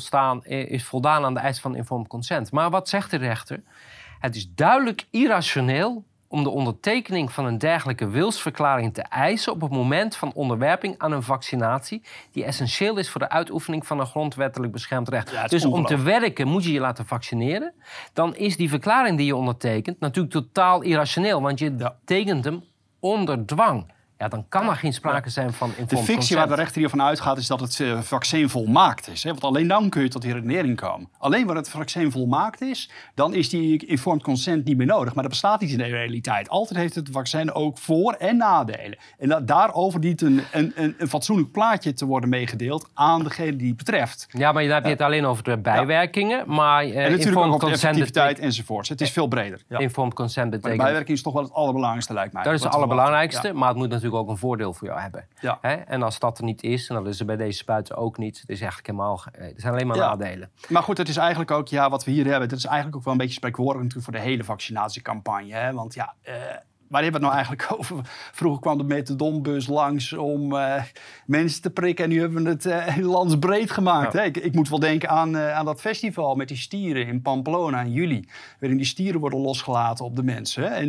voldaan aan de eis van informed consent. Maar wat zegt de rechter? Het is duidelijk irrationeel om de ondertekening van een dergelijke wilsverklaring te eisen op het moment van onderwerping aan een vaccinatie die essentieel is voor de uitoefening van een grondwettelijk beschermd recht. Ja, dus om te werken moet je je laten vaccineren. Dan is die verklaring die je ondertekent natuurlijk totaal irrationeel, want je tekent hem onder dwang. Ja, dan kan er geen sprake zijn van informed consent. De fictie waar de rechter hiervan uitgaat is dat het vaccin volmaakt is. Hè? Want alleen dan kun je tot die redenering komen. Alleen wanneer het vaccin volmaakt is, dan is die informed consent niet meer nodig. Maar dat bestaat niet in de realiteit. Altijd heeft het vaccin ook voor- en nadelen. En daarover dient een fatsoenlijk plaatje te worden meegedeeld aan degene die het betreft. Ja, maar dan heb je het alleen over de bijwerkingen. Maar, en natuurlijk ook over de effectiviteit enzovoorts. Het is veel breder. Ja. Informed consent betekent... Maar de bijwerking is toch wel het allerbelangrijkste, lijkt mij. Dat is het allerbelangrijkste, maar het moet natuurlijk ook een voordeel voor jou hebben. Ja. En als dat er niet is, en dat is er bij deze spuiten ook niet, het is eigenlijk helemaal, er zijn alleen maar nadelen. Maar goed, het is eigenlijk ook, wat we hier hebben, dat is eigenlijk ook wel een beetje spreekwoordelijk natuurlijk voor de hele vaccinatiecampagne. Hè? Want waar hebben we het nou eigenlijk over? Vroeger kwam de metadonbus langs om mensen te prikken en nu hebben we het landsbreed gemaakt. Ja. Hè? Ik moet wel denken aan dat festival met die stieren in Pamplona in juli. Waarin die stieren worden losgelaten op de mensen. Hè?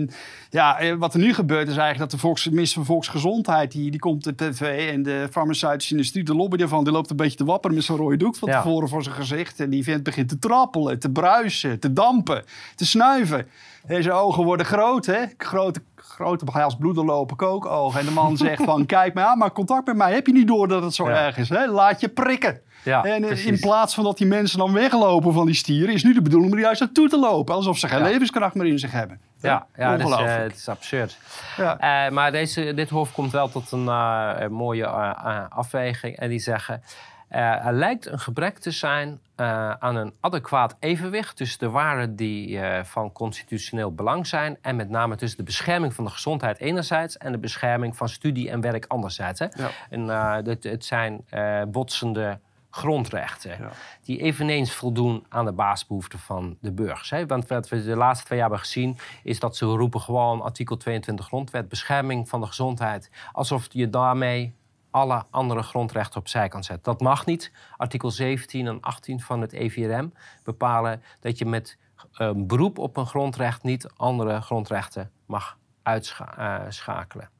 En wat er nu gebeurt is eigenlijk dat de minister van Volksgezondheid, die komt de tv en de farmaceutische industrie, de lobby daarvan, die loopt een beetje te wapperen met zo'n rode doek van tevoren voor zijn gezicht. En die vent begint te trappelen, te bruisen, te dampen, te snuiven. En zijn ogen worden groot, hè? Grote als bloeden lopen kookogen. En de man zegt van, kijk maar aan, maar contact met mij heb je niet door dat het zo erg is. Hè? Laat je prikken. Ja, en in plaats van dat die mensen dan weglopen van die stieren, is nu de bedoeling om er juist naartoe te lopen. Alsof ze geen levenskracht meer in zich hebben. Ja, het is absurd. Ja. Maar dit hof komt wel tot een mooie afweging. En die zeggen, er lijkt een gebrek te zijn aan een adequaat evenwicht tussen de waarden die van constitutioneel belang zijn en met name tussen de bescherming van de gezondheid enerzijds en de bescherming van studie en werk anderzijds. Hè? Ja. En, het zijn botsende grondrechten die eveneens voldoen aan de basisbehoeften van de burgers. Hè? Want wat we de laatste 2 jaar hebben gezien is dat ze roepen gewoon artikel 22 grondwet, bescherming van de gezondheid, alsof je daarmee alle andere grondrechten opzij kan zetten. Dat mag niet. Artikel 17 en 18 van het EVRM bepalen dat je met beroep op een grondrecht niet andere grondrechten mag uitschakelen.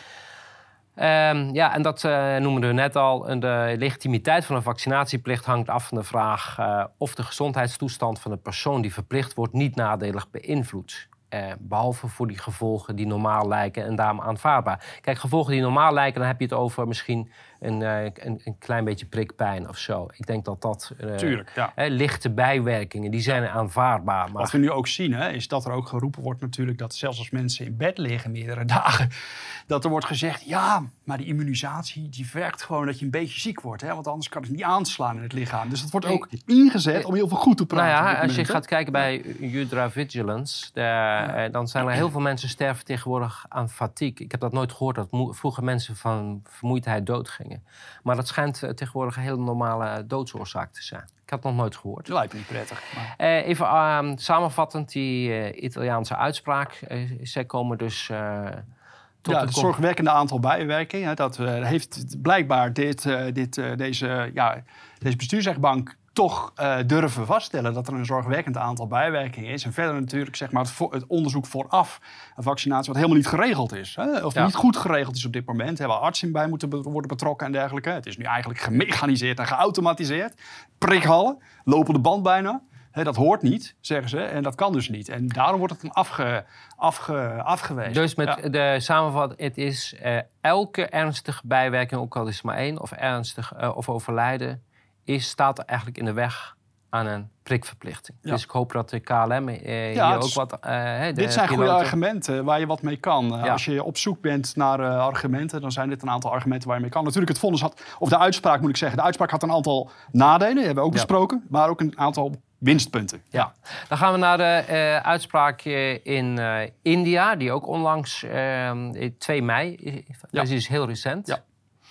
En dat noemden we net al. De legitimiteit van een vaccinatieplicht hangt af van de vraag of de gezondheidstoestand van de persoon die verplicht wordt niet nadelig beïnvloedt. Behalve voor die gevolgen die normaal lijken en daarom aanvaardbaar. Kijk, gevolgen die normaal lijken, dan heb je het over misschien een klein beetje prikpijn of zo. Ik denk dat Tuurlijk, ja. Lichte bijwerkingen, die zijn aanvaardbaar. Maar... Wat we nu ook zien, is dat er ook geroepen wordt natuurlijk... dat zelfs als mensen in bed liggen meerdere dagen... dat er wordt gezegd, ja, maar die immunisatie die werkt gewoon dat je een beetje ziek wordt. Want anders kan het niet aanslaan in het lichaam. Dus dat wordt ook ingezet om heel veel goed te praten. Nou ja, als je gaat kijken bij Hydra Vigilance... dan zijn er heel veel mensen sterven tegenwoordig aan fatigue. Ik heb dat nooit gehoord, dat vroeger mensen van vermoeidheid doodgingen. Maar dat schijnt tegenwoordig een hele normale doodsoorzaak te zijn. Ik had het nog nooit gehoord. Dat lijkt me niet prettig. Maar... even samenvattend, die Italiaanse uitspraak. Zij komen dus... het zorgwekkende aantal bijwerkingen. Dat heeft blijkbaar deze bestuursrechtbank toch durven vaststellen dat er een zorgwekkend aantal bijwerkingen is. En verder natuurlijk zeg maar, het onderzoek vooraf een vaccinatie wat helemaal niet geregeld is. Of niet goed geregeld is op dit moment. Waar artsen bij moeten worden betrokken en dergelijke. Het is nu eigenlijk gemechaniseerd en geautomatiseerd. Prikhallen, lopende band bijna. Dat hoort niet, zeggen ze. En dat kan dus niet. En daarom wordt het dan afgewezen. Dus met de samenvatting, het is elke ernstige bijwerking, ook al is het maar één, of ernstig of overlijden, staat er eigenlijk in de weg aan een prikverplichting. Ja. Dus ik hoop dat de KLM hier ook wat... dit zijn goede argumenten waar je wat mee kan. Als je op zoek bent naar argumenten, dan zijn dit een aantal argumenten waar je mee kan. Natuurlijk het vonnis had, of de uitspraak moet ik zeggen, de uitspraak had een aantal nadelen, die hebben we ook besproken, maar ook een aantal winstpunten. Ja. Dan gaan we naar de uitspraak in India, die ook onlangs 2 mei, dat is heel recent. Ja.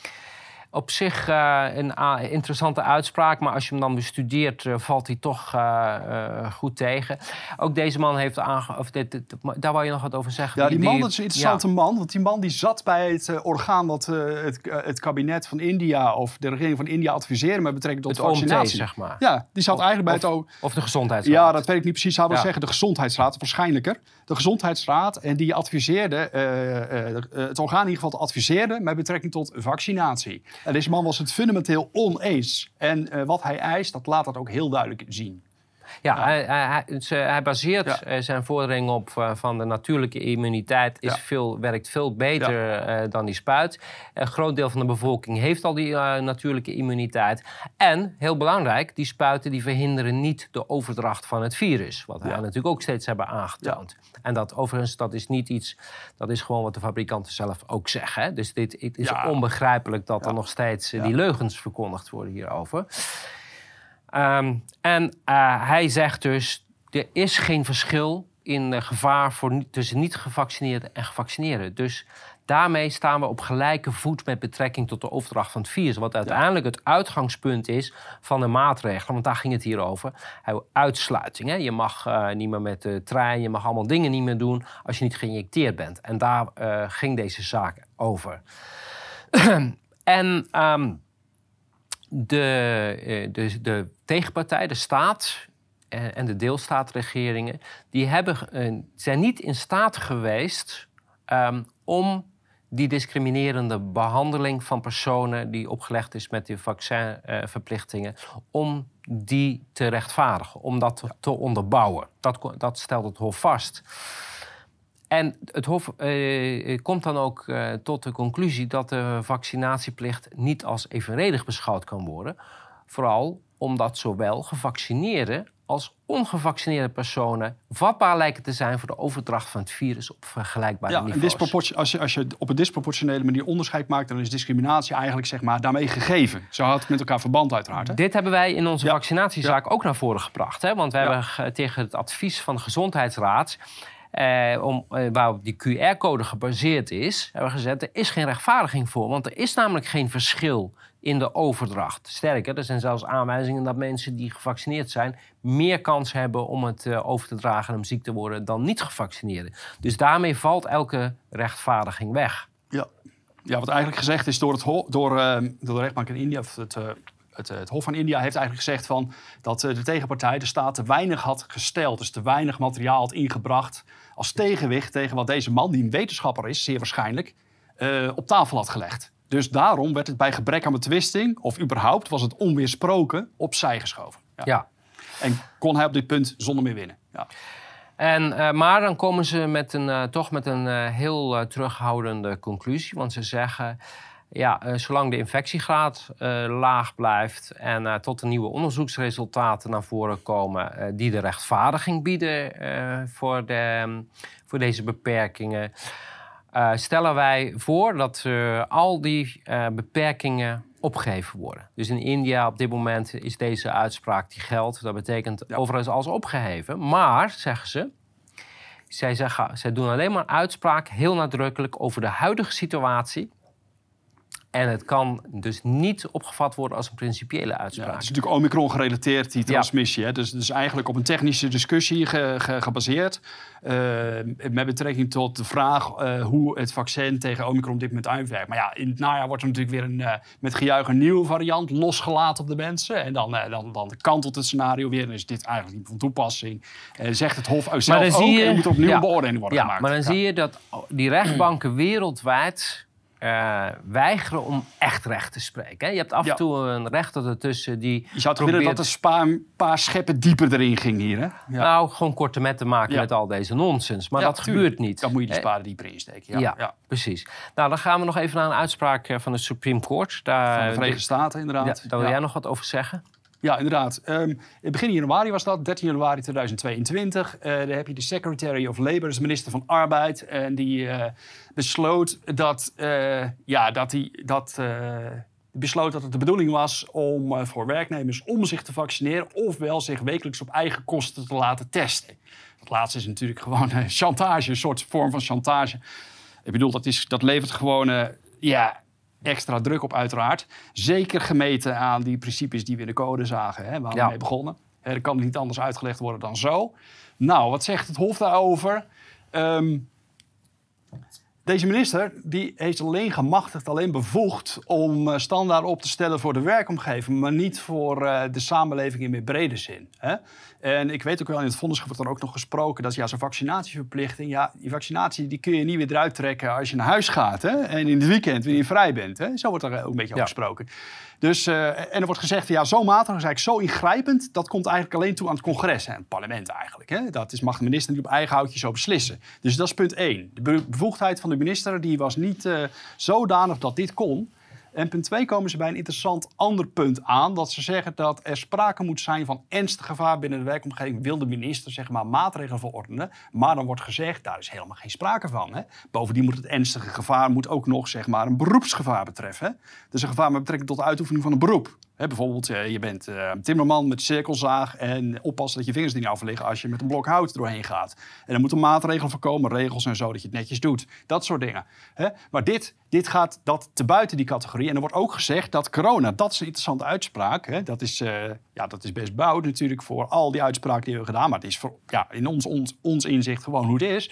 Op zich een interessante uitspraak, maar als je hem dan bestudeert, valt hij toch goed tegen. Ook deze man heeft daar wou je nog wat over zeggen. Ja, die man dat is een interessante man, want die man die zat bij het orgaan wat het kabinet van India of de regering van India adviseren met betrekking tot vaccinatie. OMT, zeg maar. Ja, die zat eigenlijk bij het... Of de Gezondheidsraad. Ja, dat weet ik niet precies. Zou wel zeggen de Gezondheidsraad, waarschijnlijker. De Gezondheidsraad en die adviseerde, het orgaan in ieder geval adviseerde met betrekking tot vaccinatie. En deze man was het fundamenteel oneens. En wat hij eist, dat laat dat ook heel duidelijk zien. Ja, hij baseert zijn vordering op van de natuurlijke immuniteit. Werkt veel beter dan die spuit. Een groot deel van de bevolking heeft al die natuurlijke immuniteit. En, heel belangrijk, die spuiten die verhinderen niet de overdracht van het virus. Wat wij natuurlijk ook steeds hebben aangetoond. Ja. En dat overigens, dat is niet iets... Dat is gewoon wat de fabrikanten zelf ook zeggen. Hè? Dus het is onbegrijpelijk dat er nog steeds die leugens verkondigd worden hierover. Hij zegt dus, er is geen verschil in de gevaar tussen niet-gevaccineerden en gevaccineerden. Dus daarmee staan we op gelijke voet met betrekking tot de overdracht van het virus. Wat uiteindelijk het uitgangspunt is van de maatregelen. Want daar ging het hier over. Uitsluiting. Hè? Je mag niet meer met de trein. Je mag allemaal dingen niet meer doen als je niet geïnjecteerd bent. En daar ging deze zaak over. De tegenpartij, de staat en de deelstaatregeringen, die zijn niet in staat geweest om die discriminerende behandeling van personen die opgelegd is met die vaccinverplichtingen, om die te rechtvaardigen, om dat te onderbouwen. Dat stelt het Hof vast. En het Hof komt dan ook tot de conclusie dat de vaccinatieplicht niet als evenredig beschouwd kan worden. Vooral omdat zowel gevaccineerde als ongevaccineerde personen vatbaar lijken te zijn voor de overdracht van het virus op vergelijkbare niveaus. Als je op een disproportionele manier onderscheid maakt, dan is discriminatie eigenlijk zeg maar, daarmee gegeven. Zo houdt het met elkaar verband uiteraard. Hè? Dit hebben wij in onze vaccinatiezaak ook naar voren gebracht. Hè? Want we hebben tegen het advies van de Gezondheidsraad, waarop die QR-code gebaseerd is, hebben we gezet, er is geen rechtvaardiging voor. Want er is namelijk geen verschil in de overdracht. Sterker, er zijn zelfs aanwijzingen dat mensen die gevaccineerd zijn meer kans hebben om het over te dragen en om ziek te worden dan niet-gevaccineerden. Dus daarmee valt elke rechtvaardiging weg. Ja, wat eigenlijk gezegd is door de rechtbank in India, of het Hof van India heeft eigenlijk gezegd dat de tegenpartij, de staat, te weinig had gesteld. Dus te weinig materiaal had ingebracht als tegenwicht tegen wat deze man, die een wetenschapper is, zeer waarschijnlijk, op tafel had gelegd. Dus daarom werd het bij gebrek aan betwisting, of überhaupt was het onweersproken, opzij geschoven. Ja. En kon hij op dit punt zonder meer winnen. Ja. Maar dan komen ze toch met een heel terughoudende conclusie. Want ze zeggen, zolang de infectiegraad laag blijft en tot de nieuwe onderzoeksresultaten naar voren komen die de rechtvaardiging bieden voor deze beperkingen, stellen wij voor dat al die beperkingen opgeheven worden. Dus in India op dit moment is deze uitspraak die geldt. Dat betekent overigens als opgeheven. Maar, zeggen ze, zij doen alleen maar uitspraak heel nadrukkelijk over de huidige situatie. En het kan dus niet opgevat worden als een principiële uitspraak. Ja, het is natuurlijk Omicron gerelateerd, die transmissie. Hè? Dus eigenlijk op een technische discussie gebaseerd. Met betrekking tot de vraag hoe het vaccin tegen Omicron op dit moment uitwerkt. Maar in het najaar wordt er natuurlijk weer met gejuich een nieuwe variant losgelaten op de mensen. En dan kantelt het scenario weer. En is dit eigenlijk niet van toepassing. Zegt het Hof zelf ook. En moet er opnieuw een beoordeling worden gemaakt. Maar dan zie je dat die rechtbanken wereldwijd weigeren om echt recht te spreken. Je hebt af en toe een rechter ertussen die... Je zou toch willen dat er een paar scheppen dieper erin ging hier, hè? Ja. Nou, gewoon korte metten maken met al deze nonsens. Maar dat gebeurt niet. Dan moet je de spade dieper insteken. Ja, precies. Nou, dan gaan we nog even naar een uitspraak van de Supreme Court. Van de Verenigde Staten, inderdaad. Daar wil jij nog wat over zeggen? Ja, inderdaad. Begin januari was dat, 13 januari 2022. Daar heb je de Secretary of Labor, dus minister van Arbeid. En die besloot dat het de bedoeling was om voor werknemers om zich te vaccineren, ofwel zich wekelijks op eigen kosten te laten testen. Dat laatste is natuurlijk gewoon chantage, een soort vorm van chantage. Ik bedoel, dat levert gewoon extra druk op uiteraard. Zeker gemeten aan die principes die we in de code zagen, waar we mee begonnen. Dat kan niet anders uitgelegd worden dan zo. Nou, wat zegt het Hof daarover? Deze minister die heeft alleen bevoegd om standaarden op te stellen voor de werkomgeving, maar niet voor de samenleving in meer brede zin. Hè? En ik weet ook wel, in het vonnis wordt er ook nog gesproken dat zo'n vaccinatieverplichting, die vaccinatie die kun je niet weer eruit trekken als je naar huis gaat. Hè? En in het weekend wanneer je vrij bent. Hè? Zo wordt er ook een beetje over gesproken. Dus, en er wordt gezegd, zo'n maatregel is eigenlijk zo ingrijpend, dat komt eigenlijk alleen toe aan het congres en het parlement eigenlijk. Hè? Dat mag de minister niet op eigen houtje zo beslissen. Dus dat is punt 1. De bevoegdheid van de minister die was niet zodanig dat dit kon. En punt 2 komen ze bij een interessant ander punt aan. Dat ze zeggen dat er sprake moet zijn van ernstig gevaar binnen de werkomgeving. Wil de minister maatregelen verordenen. Maar dan wordt gezegd, daar is helemaal geen sprake van. Hè? Bovendien moet het ernstige gevaar ook nog een beroepsgevaar betreffen. Hè? Dus een gevaar met betrekking tot de uitoefening van een beroep. Bijvoorbeeld, je bent timmerman met cirkelzaag en oppassen dat je vingers niet afliggen als je met een blok hout doorheen gaat. En dan moeten maatregelen voorkomen, regels en zo, dat je het netjes doet. Dat soort dingen. Maar dit gaat te buiten die categorie. En er wordt ook gezegd dat corona, dat is een interessante uitspraak. Dat is best bouwd natuurlijk voor al die uitspraken die we hebben gedaan. Maar het is in ons inzicht gewoon hoe het is.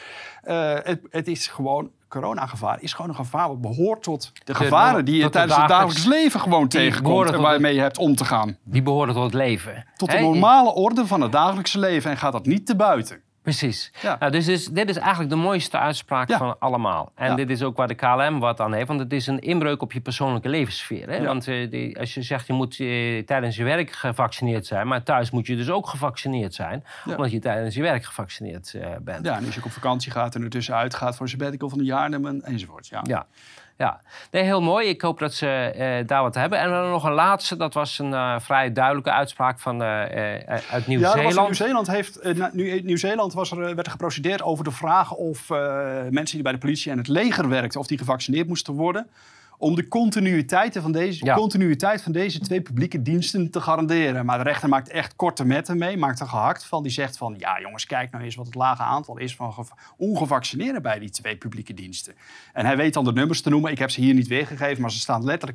Het is gewoon... Coronagevaar is gewoon een gevaar wat behoort tot de gevaren die je tijdens het dagelijks leven gewoon tegenkomt en waarmee je hebt om te gaan. Die behoren tot het leven. Tot de normale orde van het dagelijkse leven en gaat dat niet te buiten. Precies. Ja. Nou, dus dit is eigenlijk de mooiste uitspraak van allemaal. En dit is ook waar de KLM wat aan heeft. Want het is een inbreuk op je persoonlijke levenssfeer. Hè? Ja. Want als je zegt je moet tijdens je werk gevaccineerd zijn, maar thuis moet je dus ook gevaccineerd zijn. Ja. Omdat je tijdens je werk gevaccineerd bent. Ja, en als je ook op vakantie gaat en ertussen uitgaat voor een sabbatical van een jaar enzovoort. Ja, nee, heel mooi. Ik hoop dat ze daar wat hebben. En dan nog een laatste. Dat was een vrij duidelijke uitspraak uit Nieuw-Zeeland. Nieuw-Zeeland werd er geprocedeerd over de vraag of mensen die bij de politie en het leger werkten, of die gevaccineerd moesten worden. Om de continuïteit van deze twee publieke diensten te garanderen. Maar de rechter maakt echt korte metten mee, maakt er gehakt van. Die zegt van, jongens, kijk nou eens wat het lage aantal is van ongevaccineerden bij die twee publieke diensten. En hij weet dan de nummers te noemen. Ik heb ze hier niet weergegeven, maar ze staan letterlijk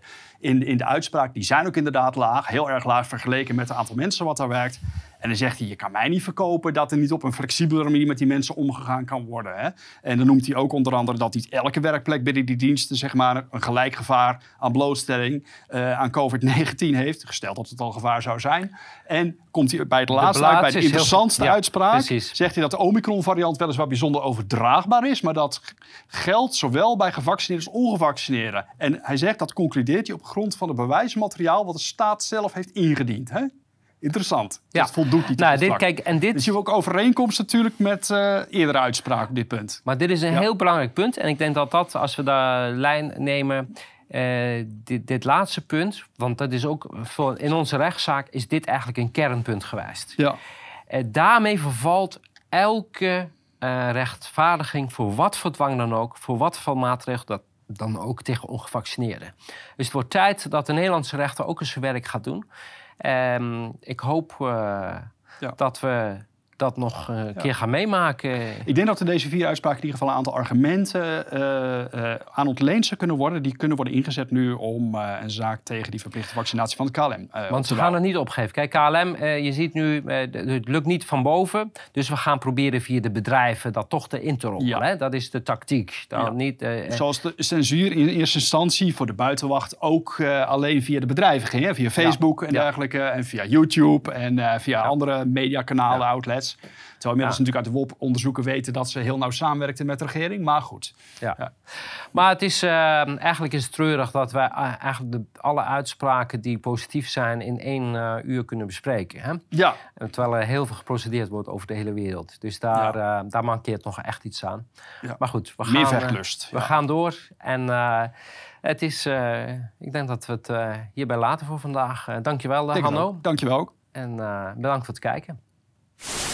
in de uitspraak. Die zijn ook inderdaad laag, heel erg laag vergeleken met het aantal mensen wat daar werkt. En dan zegt hij, je kan mij niet verkopen dat er niet op een flexibele manier met die mensen omgegaan kan worden. Hè? En dan noemt hij ook onder andere dat niet elke werkplek binnen die diensten een gelijk gevaar aan blootstelling aan COVID-19 heeft. Gesteld dat het al gevaar zou zijn. En komt hij bij het laatste uit, bij de interessantste uitspraak. Zegt hij dat de Omicron-variant weliswaar bijzonder overdraagbaar is. Maar dat geldt zowel bij gevaccineerden als ongevaccineerden. En hij zegt dat concludeert hij op grond van het bewijsmateriaal wat de staat zelf heeft ingediend. Hè? Interessant. Ja. Dat voldoet niet. Nou, kijk, en dit... Dus je hebt ook overeenkomst natuurlijk met eerdere uitspraken op dit punt. Maar dit is een heel belangrijk punt. En ik denk dat als we de lijn nemen... dit laatste punt, want dat is ook in onze rechtszaak... is dit eigenlijk een kernpunt geweest. Ja. Daarmee vervalt elke rechtvaardiging voor wat voor dwang dan ook... voor wat voor maatregel dat dan ook tegen ongevaccineerden. Dus het wordt tijd dat de Nederlandse rechter ook eens zijn werk gaat doen. Ik hoop dat we dat nog een keer gaan meemaken. Ik denk dat er deze 4 uitspraken in ieder geval een aantal argumenten aan ontleend zou kunnen worden. Die kunnen worden ingezet nu om een zaak tegen die verplichte vaccinatie van het KLM. Want ze gaan het niet opgeven. Kijk, KLM, je ziet nu, het lukt niet van boven. Dus we gaan proberen via de bedrijven dat toch erin te rommelen. Hè? Dat is de tactiek. Niet, zoals de censuur in eerste instantie voor de buitenwacht ook alleen via de bedrijven ging. Hè? Via Facebook en dergelijke. En via YouTube en via andere mediakanalen, outlets. Terwijl inmiddels natuurlijk uit de WOP-onderzoeken weten dat ze heel nauw samenwerkten met de regering. Maar goed. Ja. Maar het is, eigenlijk is het treurig dat wij eigenlijk alle uitspraken die positief zijn in 1 uur kunnen bespreken. Hè? Ja. Terwijl er heel veel geprocedeerd wordt over de hele wereld. Dus daar mankeert nog echt iets aan. Ja. Maar goed, we gaan, meer vechtlust. We gaan door. En het is, ik denk dat we het hierbij laten voor vandaag. Dankjewel, Hanno. Dankjewel ook. En bedankt voor het kijken.